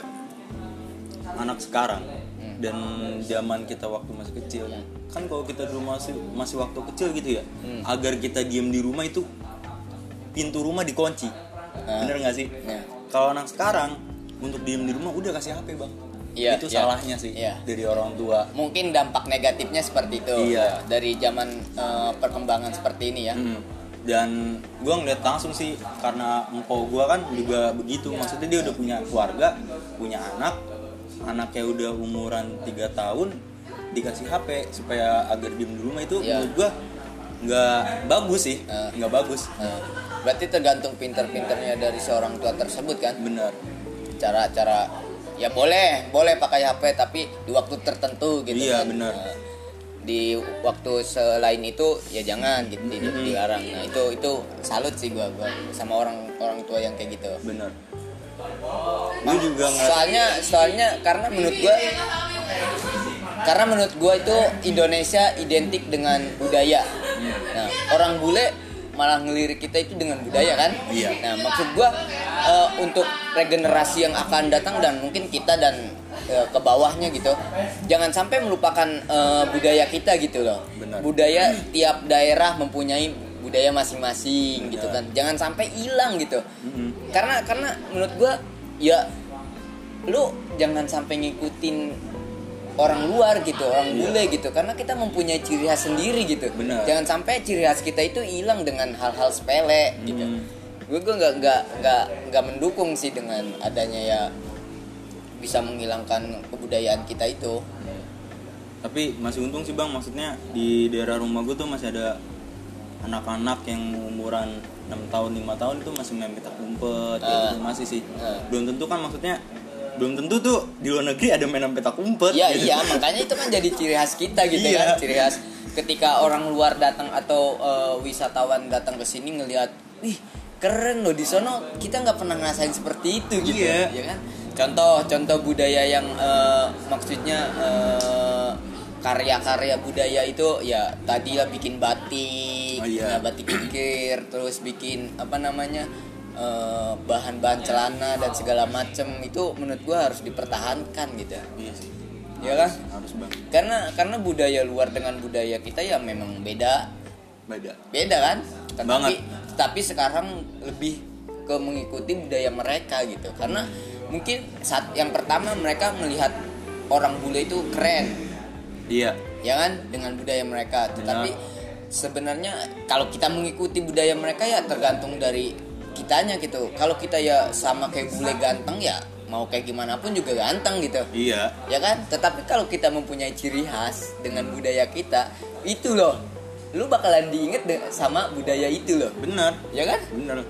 [SPEAKER 2] anak sekarang dan zaman kita waktu masih kecil, kan kalau kita dulu masih masih waktu kecil gitu ya,
[SPEAKER 1] Hmm.
[SPEAKER 2] agar kita diem di rumah itu pintu rumah dikunci.
[SPEAKER 1] Ah.
[SPEAKER 2] Bener nggak sih?
[SPEAKER 1] Ya.
[SPEAKER 2] Kalau anak sekarang untuk diem di rumah udah kasih H P bang.
[SPEAKER 1] Iya,
[SPEAKER 2] Itu
[SPEAKER 1] iya.
[SPEAKER 2] salahnya sih
[SPEAKER 1] Iya.
[SPEAKER 2] dari orang tua.
[SPEAKER 1] Mungkin dampak negatifnya seperti itu.
[SPEAKER 2] Iya.
[SPEAKER 1] Dari zaman eh, perkembangan seperti ini ya.
[SPEAKER 2] Hmm. Dan gue ngeliat langsung sih, karena empau gue kan juga begitu. Maksudnya dia udah punya keluarga, punya anak, anaknya udah umuran tiga tahun, dikasih H P supaya agar diem di rumah itu
[SPEAKER 1] Iya.
[SPEAKER 2] menurut gue nggak bagus sih,
[SPEAKER 1] Eh.
[SPEAKER 2] nggak bagus.
[SPEAKER 1] Nah, berarti tergantung pinter-pinternya dari seorang tua tersebut kan.
[SPEAKER 2] Bener.
[SPEAKER 1] Cara-cara ya boleh, boleh pakai H P tapi di waktu tertentu gitu
[SPEAKER 2] Iya,
[SPEAKER 1] kan.
[SPEAKER 2] benar.
[SPEAKER 1] Nah, di waktu selain itu ya jangan gitu di-
[SPEAKER 2] Mm-hmm.
[SPEAKER 1] dilarang. Nah, itu itu salut sih gua gua sama orang orang tua yang kayak gitu.
[SPEAKER 2] Bener. Gue juga nggak.
[SPEAKER 1] Soalnya soalnya karena menurut gua karena menurut gua itu Indonesia identik dengan budaya. Nah, orang bule malah ngelirik kita itu dengan budaya kan?
[SPEAKER 2] Iya.
[SPEAKER 1] Nah, maksud gua eh, untuk regenerasi yang akan datang dan mungkin kita dan eh, ke bawahnya gitu, jangan sampai melupakan eh, budaya kita gitu loh.
[SPEAKER 2] Benar.
[SPEAKER 1] Budaya tiap daerah mempunyai budaya masing-masing gitu kan. Jangan sampai hilang gitu.
[SPEAKER 2] Mm-mm.
[SPEAKER 1] Karena karena menurut gua ya lu jangan sampai ngikutin orang luar gitu, orang
[SPEAKER 2] Iya.
[SPEAKER 1] bule gitu, karena kita mempunyai ciri khas sendiri gitu.
[SPEAKER 2] Benar.
[SPEAKER 1] Jangan sampai ciri khas kita itu hilang dengan hal-hal sepele gitu.
[SPEAKER 2] Hmm.
[SPEAKER 1] Gue gue nggak nggak nggak nggak mendukung sih dengan adanya ya bisa menghilangkan kebudayaan kita itu.
[SPEAKER 2] Tapi masih untung sih bang, maksudnya di daerah rumah gue tuh masih ada anak-anak yang umuran enam tahun, lima tahun itu masih main petak umpet kayak
[SPEAKER 1] Ah.
[SPEAKER 2] gitu, masih sih.
[SPEAKER 1] Ah.
[SPEAKER 2] Belum tentu kan, maksudnya belum tentu tuh di luar negeri ada mainan petak umpet
[SPEAKER 1] Iya
[SPEAKER 2] gitu.
[SPEAKER 1] iya, makanya itu kan jadi ciri khas kita gitu
[SPEAKER 2] Iya.
[SPEAKER 1] kan, ciri khas ketika orang luar datang atau eh, wisatawan datang ke sini ngelihat, wih keren loh di sono, kita nggak pernah ngerasain seperti itu gitu,
[SPEAKER 2] Iya.
[SPEAKER 1] ya kan? Contoh contoh budaya yang eh, maksudnya eh, karya-karya budaya itu ya tadi lah bikin batik,
[SPEAKER 2] Oh, iya.
[SPEAKER 1] nah, batik kikir, terus bikin apa namanya eh, bahan-bahan celana dan segala macem itu menurut gua harus dipertahankan gitu.
[SPEAKER 2] Iya sih.
[SPEAKER 1] Ya kan?
[SPEAKER 2] Harus bang.
[SPEAKER 1] Karena karena budaya luar dengan budaya kita ya memang beda.
[SPEAKER 2] Beda.
[SPEAKER 1] Beda kan? Tapi
[SPEAKER 2] Banget.
[SPEAKER 1] tapi sekarang lebih ke mengikuti budaya mereka gitu. Karena mungkin saat yang pertama mereka melihat orang bule itu keren.
[SPEAKER 2] Iya.
[SPEAKER 1] Ya kan? Dengan budaya mereka. Tetapi sebenarnya kalau kita mengikuti budaya mereka ya tergantung dari kitanya gitu. Kalau kita ya sama kayak bule ganteng ya mau kayak gimana pun juga ganteng gitu.
[SPEAKER 2] Iya.
[SPEAKER 1] Ya kan? Tetapi kalau kita mempunyai ciri khas dengan budaya kita, itu loh, lu bakalan diinget de- sama budaya itu loh.
[SPEAKER 2] Bener.
[SPEAKER 1] Ya kan?
[SPEAKER 2] Bener.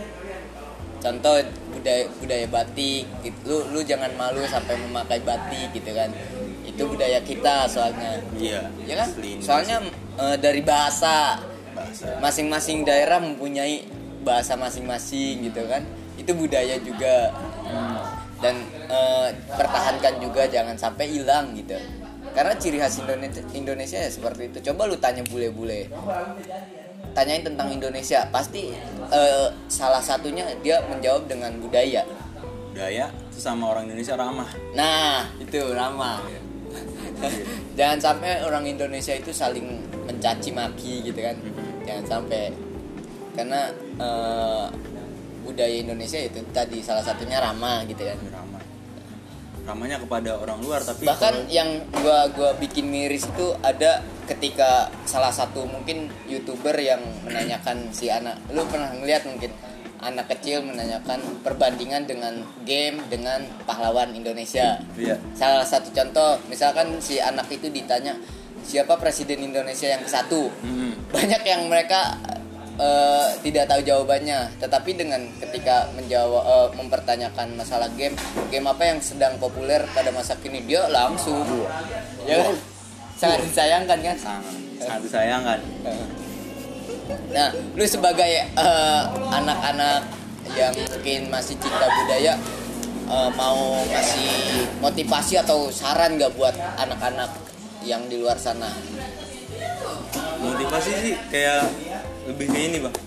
[SPEAKER 1] Contoh budaya budaya batik gitu. Lu lu jangan malu sampai memakai batik gitu kan. Itu budaya kita soalnya.
[SPEAKER 2] Iya.
[SPEAKER 1] Ya kan?
[SPEAKER 2] Asli ini.
[SPEAKER 1] Soalnya e, dari bahasa
[SPEAKER 2] Bahasa.
[SPEAKER 1] masing-masing daerah mempunyai bahasa masing-masing gitu kan. Itu budaya juga. Dan e, pertahankan juga, jangan sampai hilang gitu. Karena ciri khas Indonesia, Indonesia ya seperti itu. Coba lu tanya bule-bule, tanyain tentang Indonesia, pasti e, salah satunya dia menjawab dengan budaya.
[SPEAKER 2] Budaya sesama orang Indonesia ramah.
[SPEAKER 1] Nah itu ramah. Jangan sampai orang Indonesia itu saling mencaci maki gitu kan. Jangan sampai. Karena e, budaya Indonesia itu tadi salah satunya ramah gitu kan.
[SPEAKER 2] Ramah. Ramahnya kepada orang luar, tapi
[SPEAKER 1] Bahkan
[SPEAKER 2] kalau-
[SPEAKER 1] yang gua gua bikin miris itu ada ketika salah satu mungkin YouTuber yang menanyakan si anak, lu pernah ngeliat mungkin anak kecil menanyakan perbandingan dengan game dengan pahlawan Indonesia.
[SPEAKER 2] Iya.
[SPEAKER 1] Salah satu contoh, misalkan si anak itu ditanya siapa presiden Indonesia yang ke satu.
[SPEAKER 2] Mm-mm.
[SPEAKER 1] Banyak yang mereka uh, tidak tahu jawabannya, tetapi dengan ketika menjawab uh, mempertanyakan masalah game, game apa yang sedang populer pada masa kini, dia langsung, ya kan? Sangat disayangkan kan?
[SPEAKER 2] sangat sangat disayangkan.
[SPEAKER 1] Nah, lu sebagai uh, anak-anak yang mungkin masih cinta budaya, uh, mau ngasih motivasi atau saran gak buat anak-anak yang di luar sana?
[SPEAKER 2] Motivasi sih kayak lebih kayak ini bang,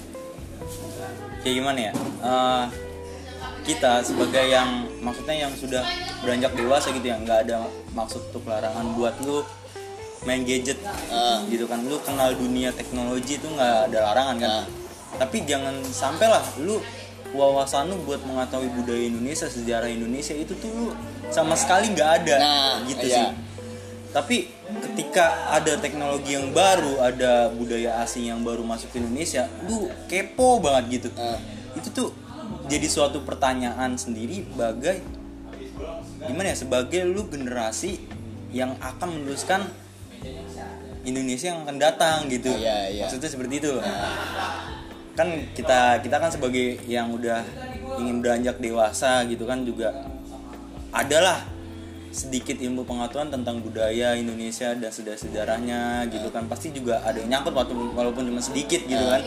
[SPEAKER 2] kayak gimana ya, Eh, kita sebagai yang maksudnya yang sudah beranjak dewasa gitu ya, nggak ada maksud untuk larangan buat lu main gadget
[SPEAKER 1] Uh,
[SPEAKER 2] gitu kan, lu kenal dunia teknologi itu nggak ada larangan kan.
[SPEAKER 1] Uh.
[SPEAKER 2] Tapi jangan sampai lah lu wawasan lu buat mengetahui budaya Indonesia, sejarah Indonesia itu tuh lu sama sekali nggak ada.
[SPEAKER 1] Nah,
[SPEAKER 2] gitu
[SPEAKER 1] iya.
[SPEAKER 2] sih. Tapi ketika ada teknologi yang baru, ada budaya asing yang baru masuk ke Indonesia, lu kepo banget gitu.
[SPEAKER 1] Uh.
[SPEAKER 2] Itu tuh jadi suatu pertanyaan sendiri sebagai gimana ya, sebagai lu generasi yang akan meneruskan Indonesia yang akan datang gitu.
[SPEAKER 1] Oh, iya, iya.
[SPEAKER 2] Maksudnya seperti itu. Kan kita kita kan sebagai yang udah ingin beranjak dewasa gitu kan, juga adalah sedikit ilmu pengetahuan tentang budaya Indonesia dan sejarah-sejarahnya gitu kan. Pasti juga ada yang nyangkut walaupun cuma sedikit gitu kan.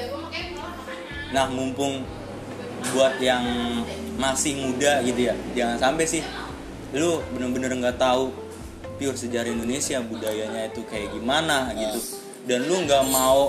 [SPEAKER 2] Nah, mumpung buat yang masih muda gitu ya, jangan sampai sih lu bener-bener nggak tahu pure sejarah Indonesia, budayanya itu kayak gimana gitu, dan lu nggak mau,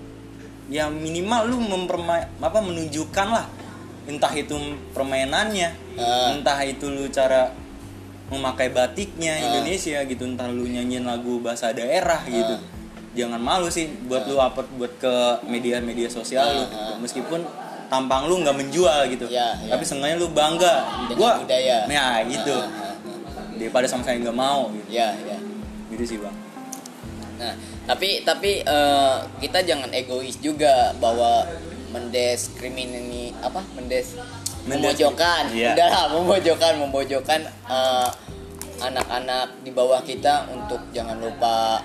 [SPEAKER 2] ya minimal lu memperma- apa menunjukkan lah, entah itu permainannya,
[SPEAKER 1] uh.
[SPEAKER 2] entah itu lu cara memakai batiknya
[SPEAKER 1] uh.
[SPEAKER 2] Indonesia gitu, entah lu nyanyiin lagu bahasa daerah gitu.
[SPEAKER 1] uh.
[SPEAKER 2] Jangan malu sih buat uh. lu upload buat ke media-media sosial
[SPEAKER 1] uh.
[SPEAKER 2] lu,
[SPEAKER 1] uh.
[SPEAKER 2] meskipun tampang lu nggak menjual gitu,
[SPEAKER 1] ya, ya.
[SPEAKER 2] tapi seenggaknya lu bangga
[SPEAKER 1] dengan
[SPEAKER 2] gua
[SPEAKER 1] budaya.
[SPEAKER 2] nah gitu.
[SPEAKER 1] uh, uh, uh.
[SPEAKER 2] Daripada sama sekali nggak mau gitu.
[SPEAKER 1] Ya, ya.
[SPEAKER 2] Gitu sih bang.
[SPEAKER 1] Nah, tapi tapi uh, kita jangan egois juga bahwa mendiskrimini apa mendes memojokkan,
[SPEAKER 2] Iya.
[SPEAKER 1] udahlah memojokkan memojokkan uh, anak-anak di bawah kita untuk jangan lupa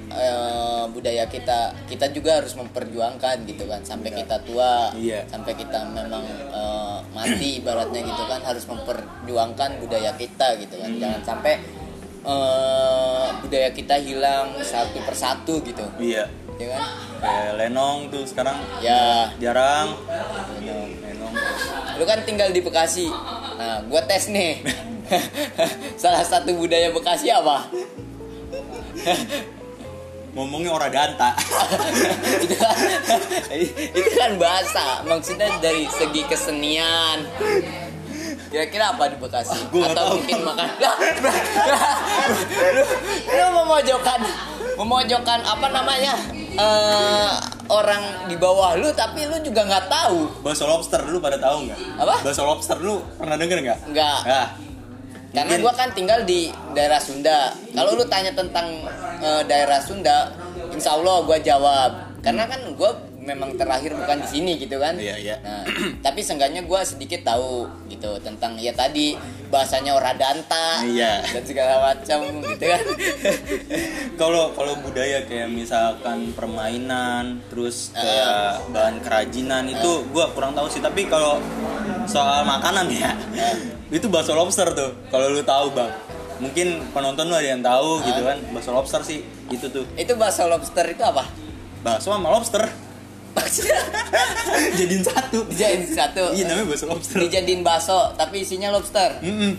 [SPEAKER 1] uh, budaya kita. Kita juga harus memperjuangkan gitu kan sampai
[SPEAKER 2] Iya.
[SPEAKER 1] kita tua,
[SPEAKER 2] Iya.
[SPEAKER 1] sampai kita memang uh, mati ibaratnya gitu kan, harus memperjuangkan budaya kita gitu kan.
[SPEAKER 2] Hmm.
[SPEAKER 1] Jangan sampai uh, budaya kita hilang satu persatu gitu.
[SPEAKER 2] Iya.
[SPEAKER 1] Ya kan?
[SPEAKER 2] Kayak Lenong tuh sekarang
[SPEAKER 1] Ya,
[SPEAKER 2] jarang. Lenong, Lenong.
[SPEAKER 1] lu kan tinggal di Bekasi. Nah, gua tes nih. Salah satu budaya Bekasi apa?
[SPEAKER 2] ngomongnya ora danta.
[SPEAKER 1] itu, kan, itu kan bahasa, maksudnya dari segi kesenian. Kira-kira apa di Bekasi?
[SPEAKER 2] Gua
[SPEAKER 1] Atau
[SPEAKER 2] tahu.
[SPEAKER 1] mungkin makan? lu, lu memojokkan, memojokkan apa namanya eh, orang di bawah lu, tapi lu juga nggak tahu.
[SPEAKER 2] Bakso lobster lu pada tahu nggak?
[SPEAKER 1] Apa?
[SPEAKER 2] Bakso lobster lu pernah denger nggak?
[SPEAKER 1] Nggak.
[SPEAKER 2] Nah,
[SPEAKER 1] Karena
[SPEAKER 2] mungkin-
[SPEAKER 1] gue kan tinggal di daerah Sunda. Kalau lu tanya tentang eh, daerah Sunda, insya Allah gue jawab. Karena kan gue memang terakhir bukan di sini gitu kan.
[SPEAKER 2] Iya, iya.
[SPEAKER 1] Nah, tapi seenggaknya gue sedikit tahu gitu tentang ya tadi bahasanya oradanta
[SPEAKER 2] Iya.
[SPEAKER 1] dan segala macam gitu kan.
[SPEAKER 2] Kalau kalau budaya kayak misalkan permainan, terus kayak bahan kerajinan itu gua kurang tahu sih. Tapi kalau soal makanan ya, itu bakso lobster tuh. Kalau lu tahu bang, mungkin penonton lu ada yang tahu gitu kan. Bakso lobster sih itu tuh.
[SPEAKER 1] Itu bakso lobster itu apa?
[SPEAKER 2] Bakso sama lobster
[SPEAKER 1] Maksudnya
[SPEAKER 2] jadiin satu.
[SPEAKER 1] dijadiin satu.
[SPEAKER 2] Iya namanya bakso lobster.
[SPEAKER 1] Dijadiin bakso tapi isinya lobster.
[SPEAKER 2] Mm-mm.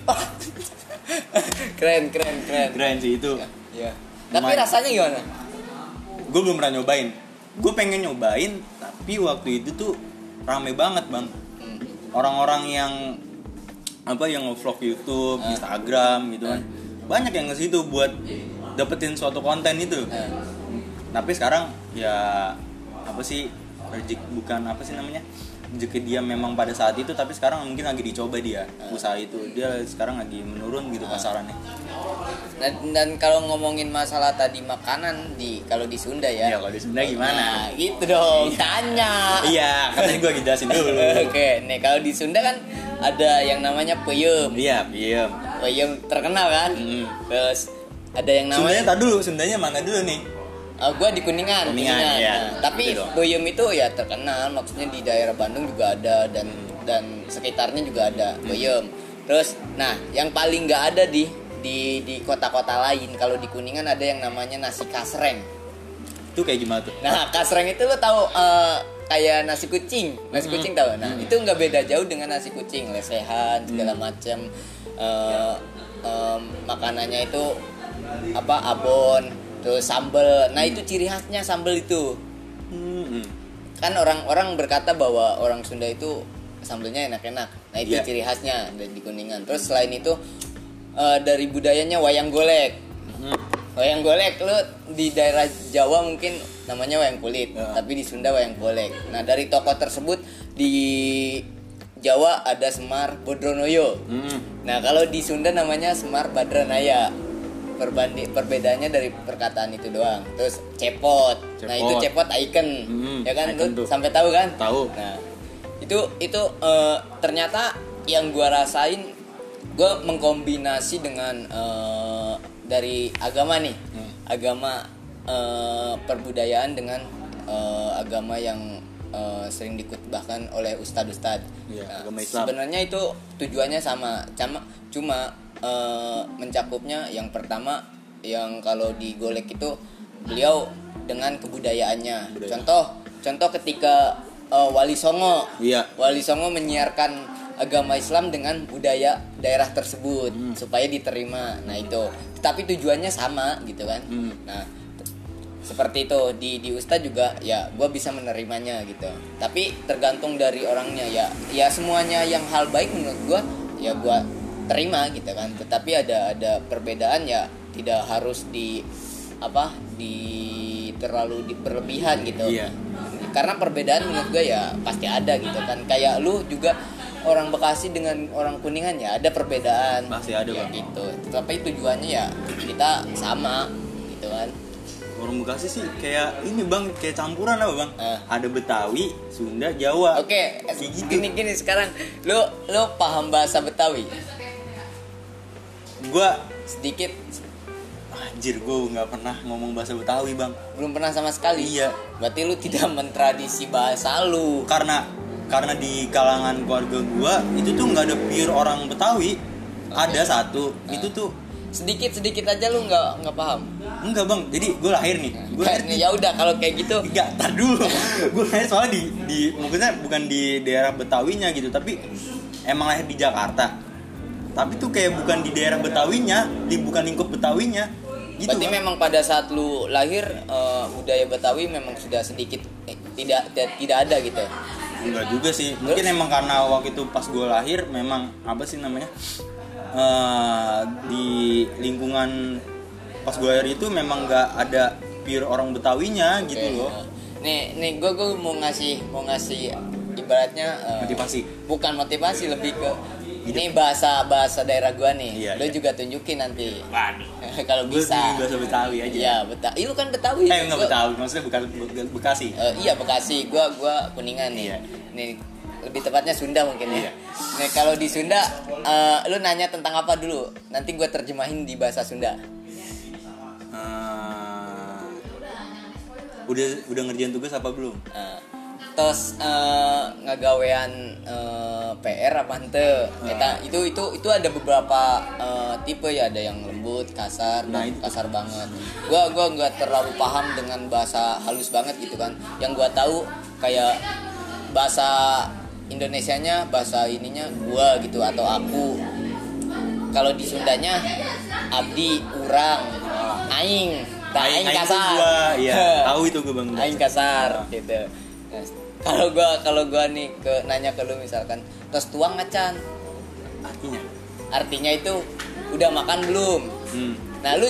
[SPEAKER 1] Keren keren keren.
[SPEAKER 2] Keren sih itu.
[SPEAKER 1] Iya. Tapi
[SPEAKER 2] Lumayan.
[SPEAKER 1] rasanya gimana?
[SPEAKER 2] Gue belum pernah nyobain. Gue pengen nyobain, tapi waktu itu tuh rame banget bang.
[SPEAKER 1] Hmm.
[SPEAKER 2] Orang-orang yang apa yang nge-vlog YouTube,
[SPEAKER 1] Ah.
[SPEAKER 2] Instagram gitu kan, banyak yang ke situ buat dapetin suatu konten itu.
[SPEAKER 1] Eh,
[SPEAKER 2] Tapi sekarang ya apa sih rezeki bukan apa sih namanya rezeki dia memang pada saat itu, tapi sekarang mungkin lagi dicoba dia usaha itu, dia sekarang lagi menurun gitu pasarannya.
[SPEAKER 1] Dan, dan kalau ngomongin masalah tadi makanan di kalau di Sunda ya.
[SPEAKER 2] Iya, kalau di Sunda gimana?
[SPEAKER 1] Nah, gitu dong, tanya.
[SPEAKER 2] Iya, katanya gue lagi jelasin dulu.
[SPEAKER 1] Oke, nih kalau di Sunda kan ada yang namanya peyem.
[SPEAKER 2] Iya, iya.
[SPEAKER 1] Peyem terkenal kan?
[SPEAKER 2] Mm.
[SPEAKER 1] Terus ada yang
[SPEAKER 2] Sundanya
[SPEAKER 1] namanya
[SPEAKER 2] tak dulu, Sundanya mana dulu nih?
[SPEAKER 1] Uh, gue di Kuningan,
[SPEAKER 2] Kuningan, iya.
[SPEAKER 1] Nah, tapi
[SPEAKER 2] Gitu dong.
[SPEAKER 1] peyem itu ya terkenal, maksudnya di daerah Bandung juga ada dan dan sekitarnya juga ada peyem. Terus, nah yang paling nggak ada di di di kota-kota lain, kalau di Kuningan ada yang namanya nasi kasreng.
[SPEAKER 2] Itu kayak gimana tuh?
[SPEAKER 1] Nah kasreng itu lo tahu uh, kayak nasi kucing, nasi kucing tahu? Nah itu nggak beda jauh dengan nasi kucing, lesehan segala macam. Uh, um, makanannya itu apa abon, terus sambel. Nah itu ciri khasnya sambel itu.
[SPEAKER 2] Hmm.
[SPEAKER 1] Kan orang-orang berkata bahwa orang Sunda itu sambelnya enak-enak. Nah itu
[SPEAKER 2] Iya.
[SPEAKER 1] ciri khasnya dari di Kuningan. Terus selain itu uh, dari budayanya wayang golek. Wayang golek lu di daerah Jawa mungkin namanya wayang kulit,
[SPEAKER 2] Ya.
[SPEAKER 1] tapi di Sunda wayang golek. Nah dari tokoh tersebut di Jawa ada Semar Bodronoyo.
[SPEAKER 2] Hmm.
[SPEAKER 1] Nah kalau di Sunda namanya Semar Badranaya. Perbandi perbedaannya dari perkataan itu doang. Terus cepot. Nah itu
[SPEAKER 2] Cepot.
[SPEAKER 1] cepot icon,
[SPEAKER 2] Hmm,
[SPEAKER 1] ya kan?
[SPEAKER 2] icon
[SPEAKER 1] Lu
[SPEAKER 2] tuh.
[SPEAKER 1] sampai tahu kan?
[SPEAKER 2] Tahu.
[SPEAKER 1] Nah itu itu eh, ternyata yang gua rasain, gua mengkombinasi dengan eh, dari agama nih,
[SPEAKER 2] Hmm.
[SPEAKER 1] agama eh, perbudayaan dengan eh, agama yang eh, sering dikutbahkan oleh ustadz-ustadz.
[SPEAKER 2] Iya,
[SPEAKER 1] Nah,
[SPEAKER 2] agama Islam.
[SPEAKER 1] sebenarnya itu tujuannya sama, cuma cuma eh, mencakupnya yang pertama yang kalau di golek itu beliau dengan kebudayaannya.
[SPEAKER 2] Budaya.
[SPEAKER 1] Contoh, contoh ketika eh, Wali Songo,
[SPEAKER 2] Iya.
[SPEAKER 1] Wali Songo menyiarkan agama Islam dengan budaya daerah tersebut supaya diterima. Nah itu, tapi tujuannya sama gitu kan.
[SPEAKER 2] Hmm.
[SPEAKER 1] Nah t- seperti itu di di Ustadz juga ya, gue bisa menerimanya gitu. Tapi tergantung dari orangnya ya. Ya semuanya yang hal baik menurut gue ya gue terima gitu kan. Tetapi ada ada perbedaan ya, tidak harus di apa di terlalu di berlebihan gitu.
[SPEAKER 2] Iya.
[SPEAKER 1] Karena perbedaan menurut gue ya pasti ada gitu kan. Kayak lu juga orang Bekasi dengan orang Kuningan ya ada perbedaan.
[SPEAKER 2] Pasti ada,
[SPEAKER 1] ya,
[SPEAKER 2] Bang.
[SPEAKER 1] gitu. Tapi tujuannya ya kita sama gitu kan.
[SPEAKER 2] Orang Bekasi sih kayak ini bang, kayak campuran apa bang?
[SPEAKER 1] Eh.
[SPEAKER 2] Ada Betawi, Sunda, Jawa.
[SPEAKER 1] Oke,
[SPEAKER 2] Kayak gitu.
[SPEAKER 1] gini gini sekarang lu lu paham bahasa Betawi?
[SPEAKER 2] Gua
[SPEAKER 1] Sedikit,
[SPEAKER 2] anjir gue nggak pernah ngomong bahasa Betawi bang.
[SPEAKER 1] belum pernah sama sekali.
[SPEAKER 2] Iya.
[SPEAKER 1] Berarti lu tidak mentradisi bahasa lu.
[SPEAKER 2] Karena karena di kalangan keluarga gua itu tuh nggak ada pure orang Betawi. Ada satu,
[SPEAKER 1] Nah.
[SPEAKER 2] itu tuh
[SPEAKER 1] Sedikit-sedikit aja lu nggak nggak paham.
[SPEAKER 2] enggak bang. Jadi gue lahir nih, gue lahir
[SPEAKER 1] Kayak,
[SPEAKER 2] di
[SPEAKER 1] ya udah kalau kayak gitu.
[SPEAKER 2] enggak, tar dulu. Gue lahir soalnya di di maksudnya bukan di daerah Betawinya gitu, tapi emang lahir di Jakarta. Tapi tuh kayak bukan di daerah Betawinya, di bukan lingkup Betawinya. Gitu,
[SPEAKER 1] berarti
[SPEAKER 2] Bang.
[SPEAKER 1] memang pada saat lu lahir uh, budaya Betawi memang sudah sedikit eh, tidak tidak tidak ada gitu.
[SPEAKER 2] Enggak juga sih, mungkin emang karena waktu itu pas gue lahir memang apa sih namanya uh, di lingkungan pas gue lahir itu memang nggak ada pure orang Betawinya gitu
[SPEAKER 1] Oke,
[SPEAKER 2] loh.
[SPEAKER 1] nah. Nih nih gue gue mau ngasih mau ngasih ibaratnya uh,
[SPEAKER 2] Motivasi.
[SPEAKER 1] bukan motivasi, lebih ke ini bahasa bahasa daerah gua nih.
[SPEAKER 2] Iya,
[SPEAKER 1] Lu
[SPEAKER 2] iya.
[SPEAKER 1] juga tunjukin nanti.
[SPEAKER 2] Waduh.
[SPEAKER 1] Kalau
[SPEAKER 2] Gue
[SPEAKER 1] bisa.
[SPEAKER 2] bahasa Betawi aja.
[SPEAKER 1] Iya, Betawi. Ih, lu kan Betawi.
[SPEAKER 2] Eh enggak
[SPEAKER 1] Gua-
[SPEAKER 2] Betawi, maksudnya bukan Be- Bekasi.
[SPEAKER 1] Eh, iya Bekasi, gua gua Kuningan nih.
[SPEAKER 2] Iya.
[SPEAKER 1] Nih lebih tepatnya Sunda mungkin ya.
[SPEAKER 2] Iya.
[SPEAKER 1] Nih kalau di Sunda eh, lu nanya tentang apa dulu? Nanti gua terjemahin di bahasa Sunda.
[SPEAKER 2] Uh, udah udah ngerjain tugas apa belum?
[SPEAKER 1] Eh, terus eh, ngagawean eh, P R apa henteu? Eta itu itu itu ada beberapa eh, tipe ya, ada yang lembut, kasar,
[SPEAKER 2] Nah,
[SPEAKER 1] dan
[SPEAKER 2] itu.
[SPEAKER 1] kasar banget. Gua gua nggak terlalu paham dengan bahasa halus banget gitu kan. Yang gua tahu kayak bahasa Indonesianya, bahasa ininya gua gitu atau aku. Kalau di Sundanya abdi, urang, aing, tah aing
[SPEAKER 2] Aing- aing
[SPEAKER 1] kasar.
[SPEAKER 2] tuh gua, iya, tahu itu gua, Bang.
[SPEAKER 1] Aing kasar gitu. Nah, kalau gua kalau gua nih ke nanya ke lu misalkan, "Tos tuang acan."
[SPEAKER 2] Artinya?
[SPEAKER 1] Artinya itu udah makan belum?
[SPEAKER 2] Hmm.
[SPEAKER 1] Nah, lu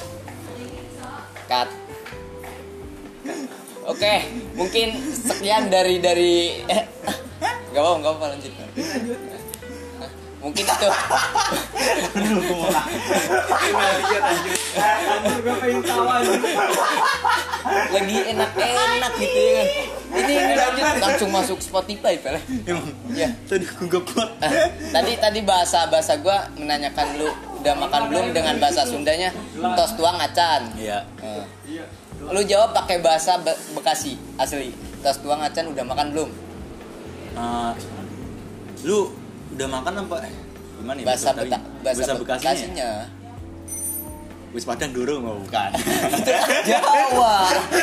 [SPEAKER 1] cut. Oke, mungkin sekian dari dari eh, Gak apa-apa, gak apa lanjut. Mungkin itu. Lagi enak-enak gitu ya kan. Ini ini lanjut langsung masuk Spotify, Pel.
[SPEAKER 2] Emang.
[SPEAKER 1] Ya.
[SPEAKER 2] Tadi gue gak kuat.
[SPEAKER 1] Ah, tadi tadi bahasa bahasa gua menanyakan lu udah makan belum dengan bahasa Sundanya tos tuang acan.
[SPEAKER 2] Iya.
[SPEAKER 1] Eh, Lu jawab pakai bahasa Be- Bekasi asli. Tos tuang acan udah makan belum?
[SPEAKER 2] Uh, lu udah makan apa? Eh, Gimana ya?
[SPEAKER 1] Bahasa
[SPEAKER 2] Betawi?
[SPEAKER 1] Beta, bahasa,
[SPEAKER 2] bahasa
[SPEAKER 1] Bekasinya.
[SPEAKER 2] Bekasinya. Wis padang durung oh, bukan.
[SPEAKER 1] Jawa.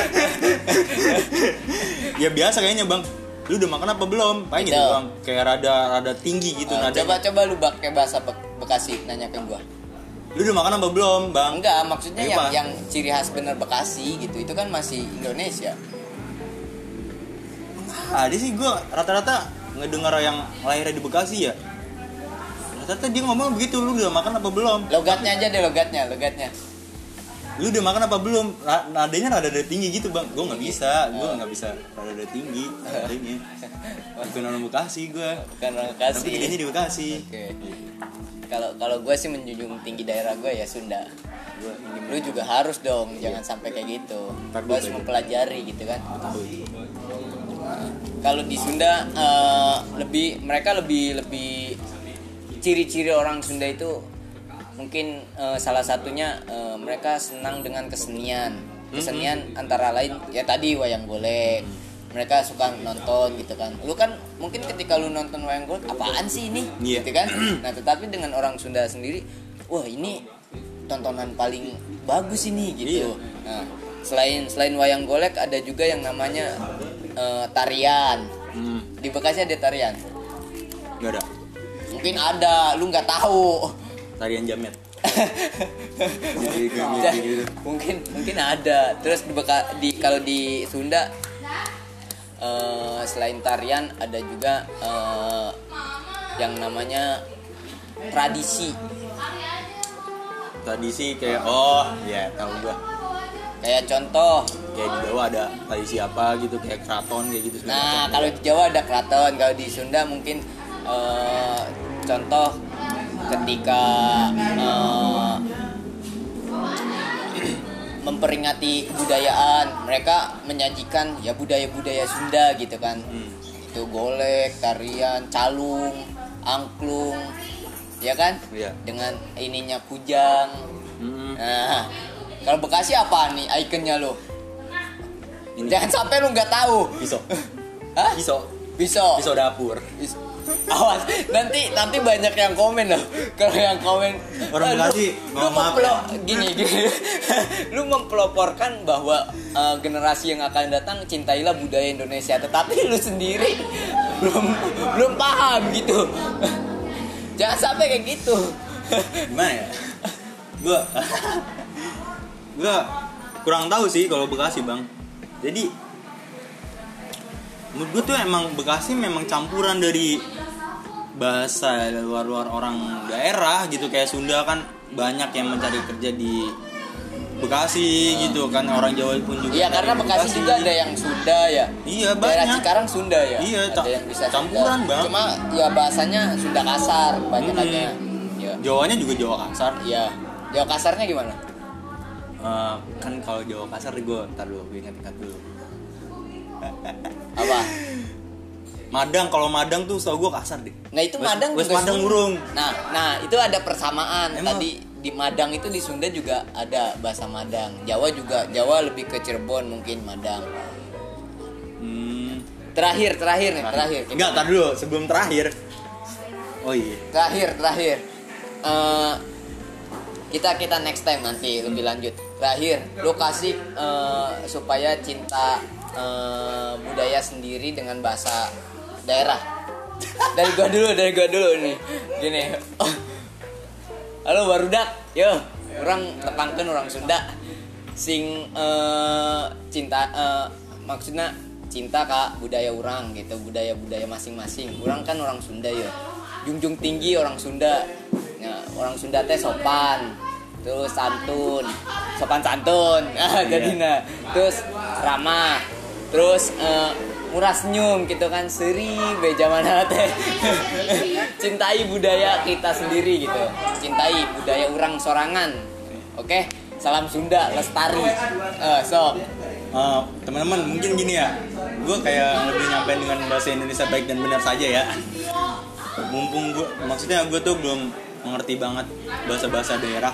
[SPEAKER 2] Ya biasa kayaknya, Bang. Lu udah makan apa belum? Paling gitu,
[SPEAKER 1] Gitu.
[SPEAKER 2] Bang. Kayak rada rada tinggi gitu
[SPEAKER 1] Eh,
[SPEAKER 2] nada.
[SPEAKER 1] coba coba lu pakai bahasa Be- Bekasi nanya ke gua.
[SPEAKER 2] Lu udah makan apa belum, Bang?
[SPEAKER 1] Enggak, maksudnya
[SPEAKER 2] Ayo,
[SPEAKER 1] yang
[SPEAKER 2] Pak.
[SPEAKER 1] yang ciri khas bener Bekasi gitu. Itu kan masih Indonesia.
[SPEAKER 2] Ada sih gua rata-rata ngedengar yang lahirnya di Bekasi ya. Rata-rata dia ngomong begitu, lu udah makan apa belum?
[SPEAKER 1] Logatnya aja deh, logatnya, logatnya.
[SPEAKER 2] Lu udah makan apa belum? Ra- Nadanya rada-rada tinggi gitu, Bang. Gua nggak bisa, gua
[SPEAKER 1] Oh.
[SPEAKER 2] nggak bisa rada-rada tinggi nadanya. Bukan orang Bekasi gua.
[SPEAKER 1] Bukan orang Bekasi.
[SPEAKER 2] Tapi gedenya di Bekasi.
[SPEAKER 1] Oke. Kalau kalau gue sih menjunjung tinggi daerah gue ya Sunda.
[SPEAKER 2] Gua
[SPEAKER 1] Lu juga harus dong, jangan sampai kayak gitu.
[SPEAKER 2] Ntar
[SPEAKER 1] Lu
[SPEAKER 2] gua
[SPEAKER 1] harus
[SPEAKER 2] belajar.
[SPEAKER 1] mempelajari gitu kan.
[SPEAKER 2] tahu.
[SPEAKER 1] Kalau di Sunda eh, lebih mereka lebih lebih ciri-ciri orang Sunda itu mungkin eh, salah satunya eh, mereka senang dengan kesenian. Kesenian antara lain ya tadi wayang golek. Mereka suka nonton gitu kan. Lu kan mungkin ketika lu nonton wayang golek, apaan sih ini?
[SPEAKER 2] Iya.
[SPEAKER 1] Gitu kan. Nah, tetapi dengan orang Sunda sendiri, wah ini tontonan paling bagus ini gitu.
[SPEAKER 2] Iya.
[SPEAKER 1] Nah, selain selain wayang golek ada juga yang namanya eh, tarian.
[SPEAKER 2] Hmm,
[SPEAKER 1] Di Bekasi ada tarian.
[SPEAKER 2] enggak ada.
[SPEAKER 1] Mungkin ada, lu nggak tahu.
[SPEAKER 2] Tarian jamet. Jadi kayak
[SPEAKER 1] Ya,
[SPEAKER 2] gitu.
[SPEAKER 1] mungkin mungkin ada. Terus di, Beka, di kalau di Sunda eh, selain tarian ada juga eh, yang namanya tradisi.
[SPEAKER 2] Tradisi kayak oh, ya tahu gua.
[SPEAKER 1] Kayak contoh,
[SPEAKER 2] Kayak di Jawa ada tradisi apa gitu, kayak keraton kayak gitu segala
[SPEAKER 1] nah
[SPEAKER 2] macam.
[SPEAKER 1] kalau di Jawa ada keraton, kalau di Sunda mungkin eh, contoh ketika eh, memperingati kebudayaan, mereka menyajikan ya budaya-budaya Sunda gitu kan.
[SPEAKER 2] Hmm.
[SPEAKER 1] Itu golek, tarian, calung, angklung, ya kan?
[SPEAKER 2] Iya.
[SPEAKER 1] Dengan ininya kujang.
[SPEAKER 2] Hmm.
[SPEAKER 1] Nah, kalau Bekasi apa nih ikonnya lo?
[SPEAKER 2] Ini
[SPEAKER 1] Jangan sampai lu nggak tahu.
[SPEAKER 2] pisau.
[SPEAKER 1] Hah?
[SPEAKER 2] Pisau.
[SPEAKER 1] Pisau.
[SPEAKER 2] Pisau dapur.
[SPEAKER 1] Bis- Awas, nanti nanti banyak yang komen loh. Kalau yang komen
[SPEAKER 2] Orang
[SPEAKER 1] "Ah, lu-
[SPEAKER 2] Bekasi,
[SPEAKER 1] lu,
[SPEAKER 2] mohon maaf
[SPEAKER 1] mempelo- gini gini. Lu mempeloporkan bahwa eh, generasi yang akan datang cintailah budaya Indonesia, tetapi lu sendiri belum belum paham gitu. Jangan sampai kayak gitu.
[SPEAKER 2] Gimana ya? Gua Gua kurang tahu sih kalau Bekasi bang. Jadi menurut gue tuh emang Bekasi memang campuran dari bahasa luar-luar orang daerah gitu. Kayak Sunda kan banyak yang mencari kerja di Bekasi gitu kan, orang Jawa pun juga.
[SPEAKER 1] Iya, karena Bekasi, Bekasi juga ada yang Sunda ya.
[SPEAKER 2] Iya, banyak.
[SPEAKER 1] Daerah Cikarang Sunda ya.
[SPEAKER 2] Iya,
[SPEAKER 1] ada yang bisa
[SPEAKER 2] campuran
[SPEAKER 1] Sunda.
[SPEAKER 2] bang.
[SPEAKER 1] Cuma ya bahasanya Sunda kasar banyak-banyak.
[SPEAKER 2] Hmm.
[SPEAKER 1] Ya.
[SPEAKER 2] Jawanya juga Jawa kasar.
[SPEAKER 1] Iya. Jawa kasarnya gimana?
[SPEAKER 2] Uh, kan kalau Jawa kasar gue ntar dulu, gue ingat-ingat dulu.
[SPEAKER 1] Apa?
[SPEAKER 2] Madang, kalau Madang tuh tau gue kasar deh.
[SPEAKER 1] Nah itu
[SPEAKER 2] West,
[SPEAKER 1] Madang
[SPEAKER 2] West
[SPEAKER 1] juga
[SPEAKER 2] Madang
[SPEAKER 1] Sunda.
[SPEAKER 2] Urung.
[SPEAKER 1] Nah, nah itu ada persamaan.
[SPEAKER 2] Emang?
[SPEAKER 1] Tadi di Madang itu di Sunda juga ada bahasa Madang. Jawa juga, Jawa lebih ke Cirebon mungkin Madang.
[SPEAKER 2] Hmm.
[SPEAKER 1] Terakhir, terakhir nih, terakhir.
[SPEAKER 2] Enggak, tar dulu sebelum terakhir. Oh iya.
[SPEAKER 1] Terakhir, terakhir. Uh, kita kita next time nanti lebih lanjut. Terakhir, lo kasih uh, supaya cinta uh, budaya sendiri dengan bahasa daerah. Dari gua dulu, dari gua dulu nih. Gini. Oh. Halo barudak, yo. Orang tepangkeun orang Sunda. Sing uh, cinta uh, maksudnya cinta ka budaya orang gitu, budaya-budaya masing-masing. Orang kan orang Sunda yo. Junjung tinggi orang Sunda. Nah, orang Sunda teh sopan, terus santun, sopan santun. Ah, jadinya. Terus ramah. Terus uh, murah senyum gitu kan, seri beja mana teh. Cintai budaya kita sendiri gitu, cintai budaya orang sorangan. Oke, salam Sunda lestari. Uh, so
[SPEAKER 2] uh, teman-teman mungkin gini ya, gue kayak lebih nyampein dengan bahasa Indonesia baik dan benar saja ya. Mumpung gue, maksudnya gue tuh belum mengerti banget bahasa-bahasa daerah.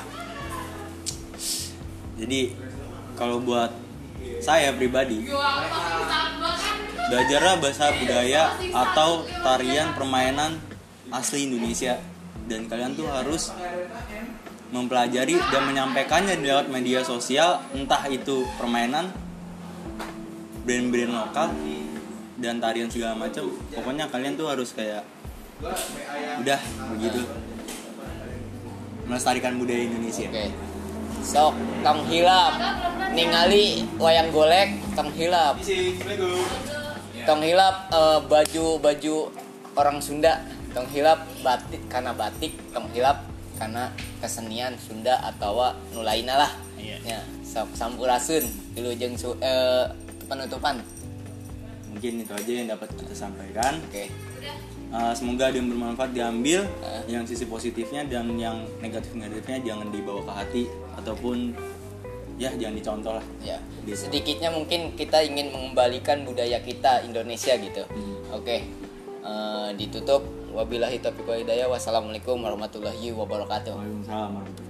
[SPEAKER 2] Jadi kalau buat saya pribadi, belajarlah bahasa budaya atau tarian permainan asli Indonesia, dan kalian tuh harus mempelajari dan menyampaikannya di lewat media sosial, entah itu permainan, brand-brand lokal dan tarian segala macam. Pokoknya kalian tuh harus kayak udah begitu melestarikan budaya Indonesia.
[SPEAKER 1] Oke. Sok tong hilap ningali wayang golek tong hilap. Tong hilap uh, baju-baju orang Sunda, tong hilap batik karena batik, tong hilap karena kesenian Sunda atau nu lainna lah.
[SPEAKER 2] Iya.
[SPEAKER 1] Ya, sok sampurasun dulu jeung su, uh, penutupan.
[SPEAKER 2] Mungkin itu aja yang dapat kita sampaikan.
[SPEAKER 1] Oke.
[SPEAKER 2] Uh, semoga ada yang bermanfaat diambil,
[SPEAKER 1] uh.
[SPEAKER 2] yang sisi positifnya, dan yang negatif-negatifnya jangan dibawa ke hati ataupun ya jangan dicontoh lah.
[SPEAKER 1] Ya. Sedikitnya mungkin kita ingin mengembalikan budaya kita Indonesia gitu.
[SPEAKER 2] Hmm.
[SPEAKER 1] Oke. Uh, ditutup. Wabillahi taufiq wal hidayah. Wassalamualaikum warahmatullahi wabarakatuh.
[SPEAKER 2] Waalaikumsalam warahmatullahi wabarakatuh.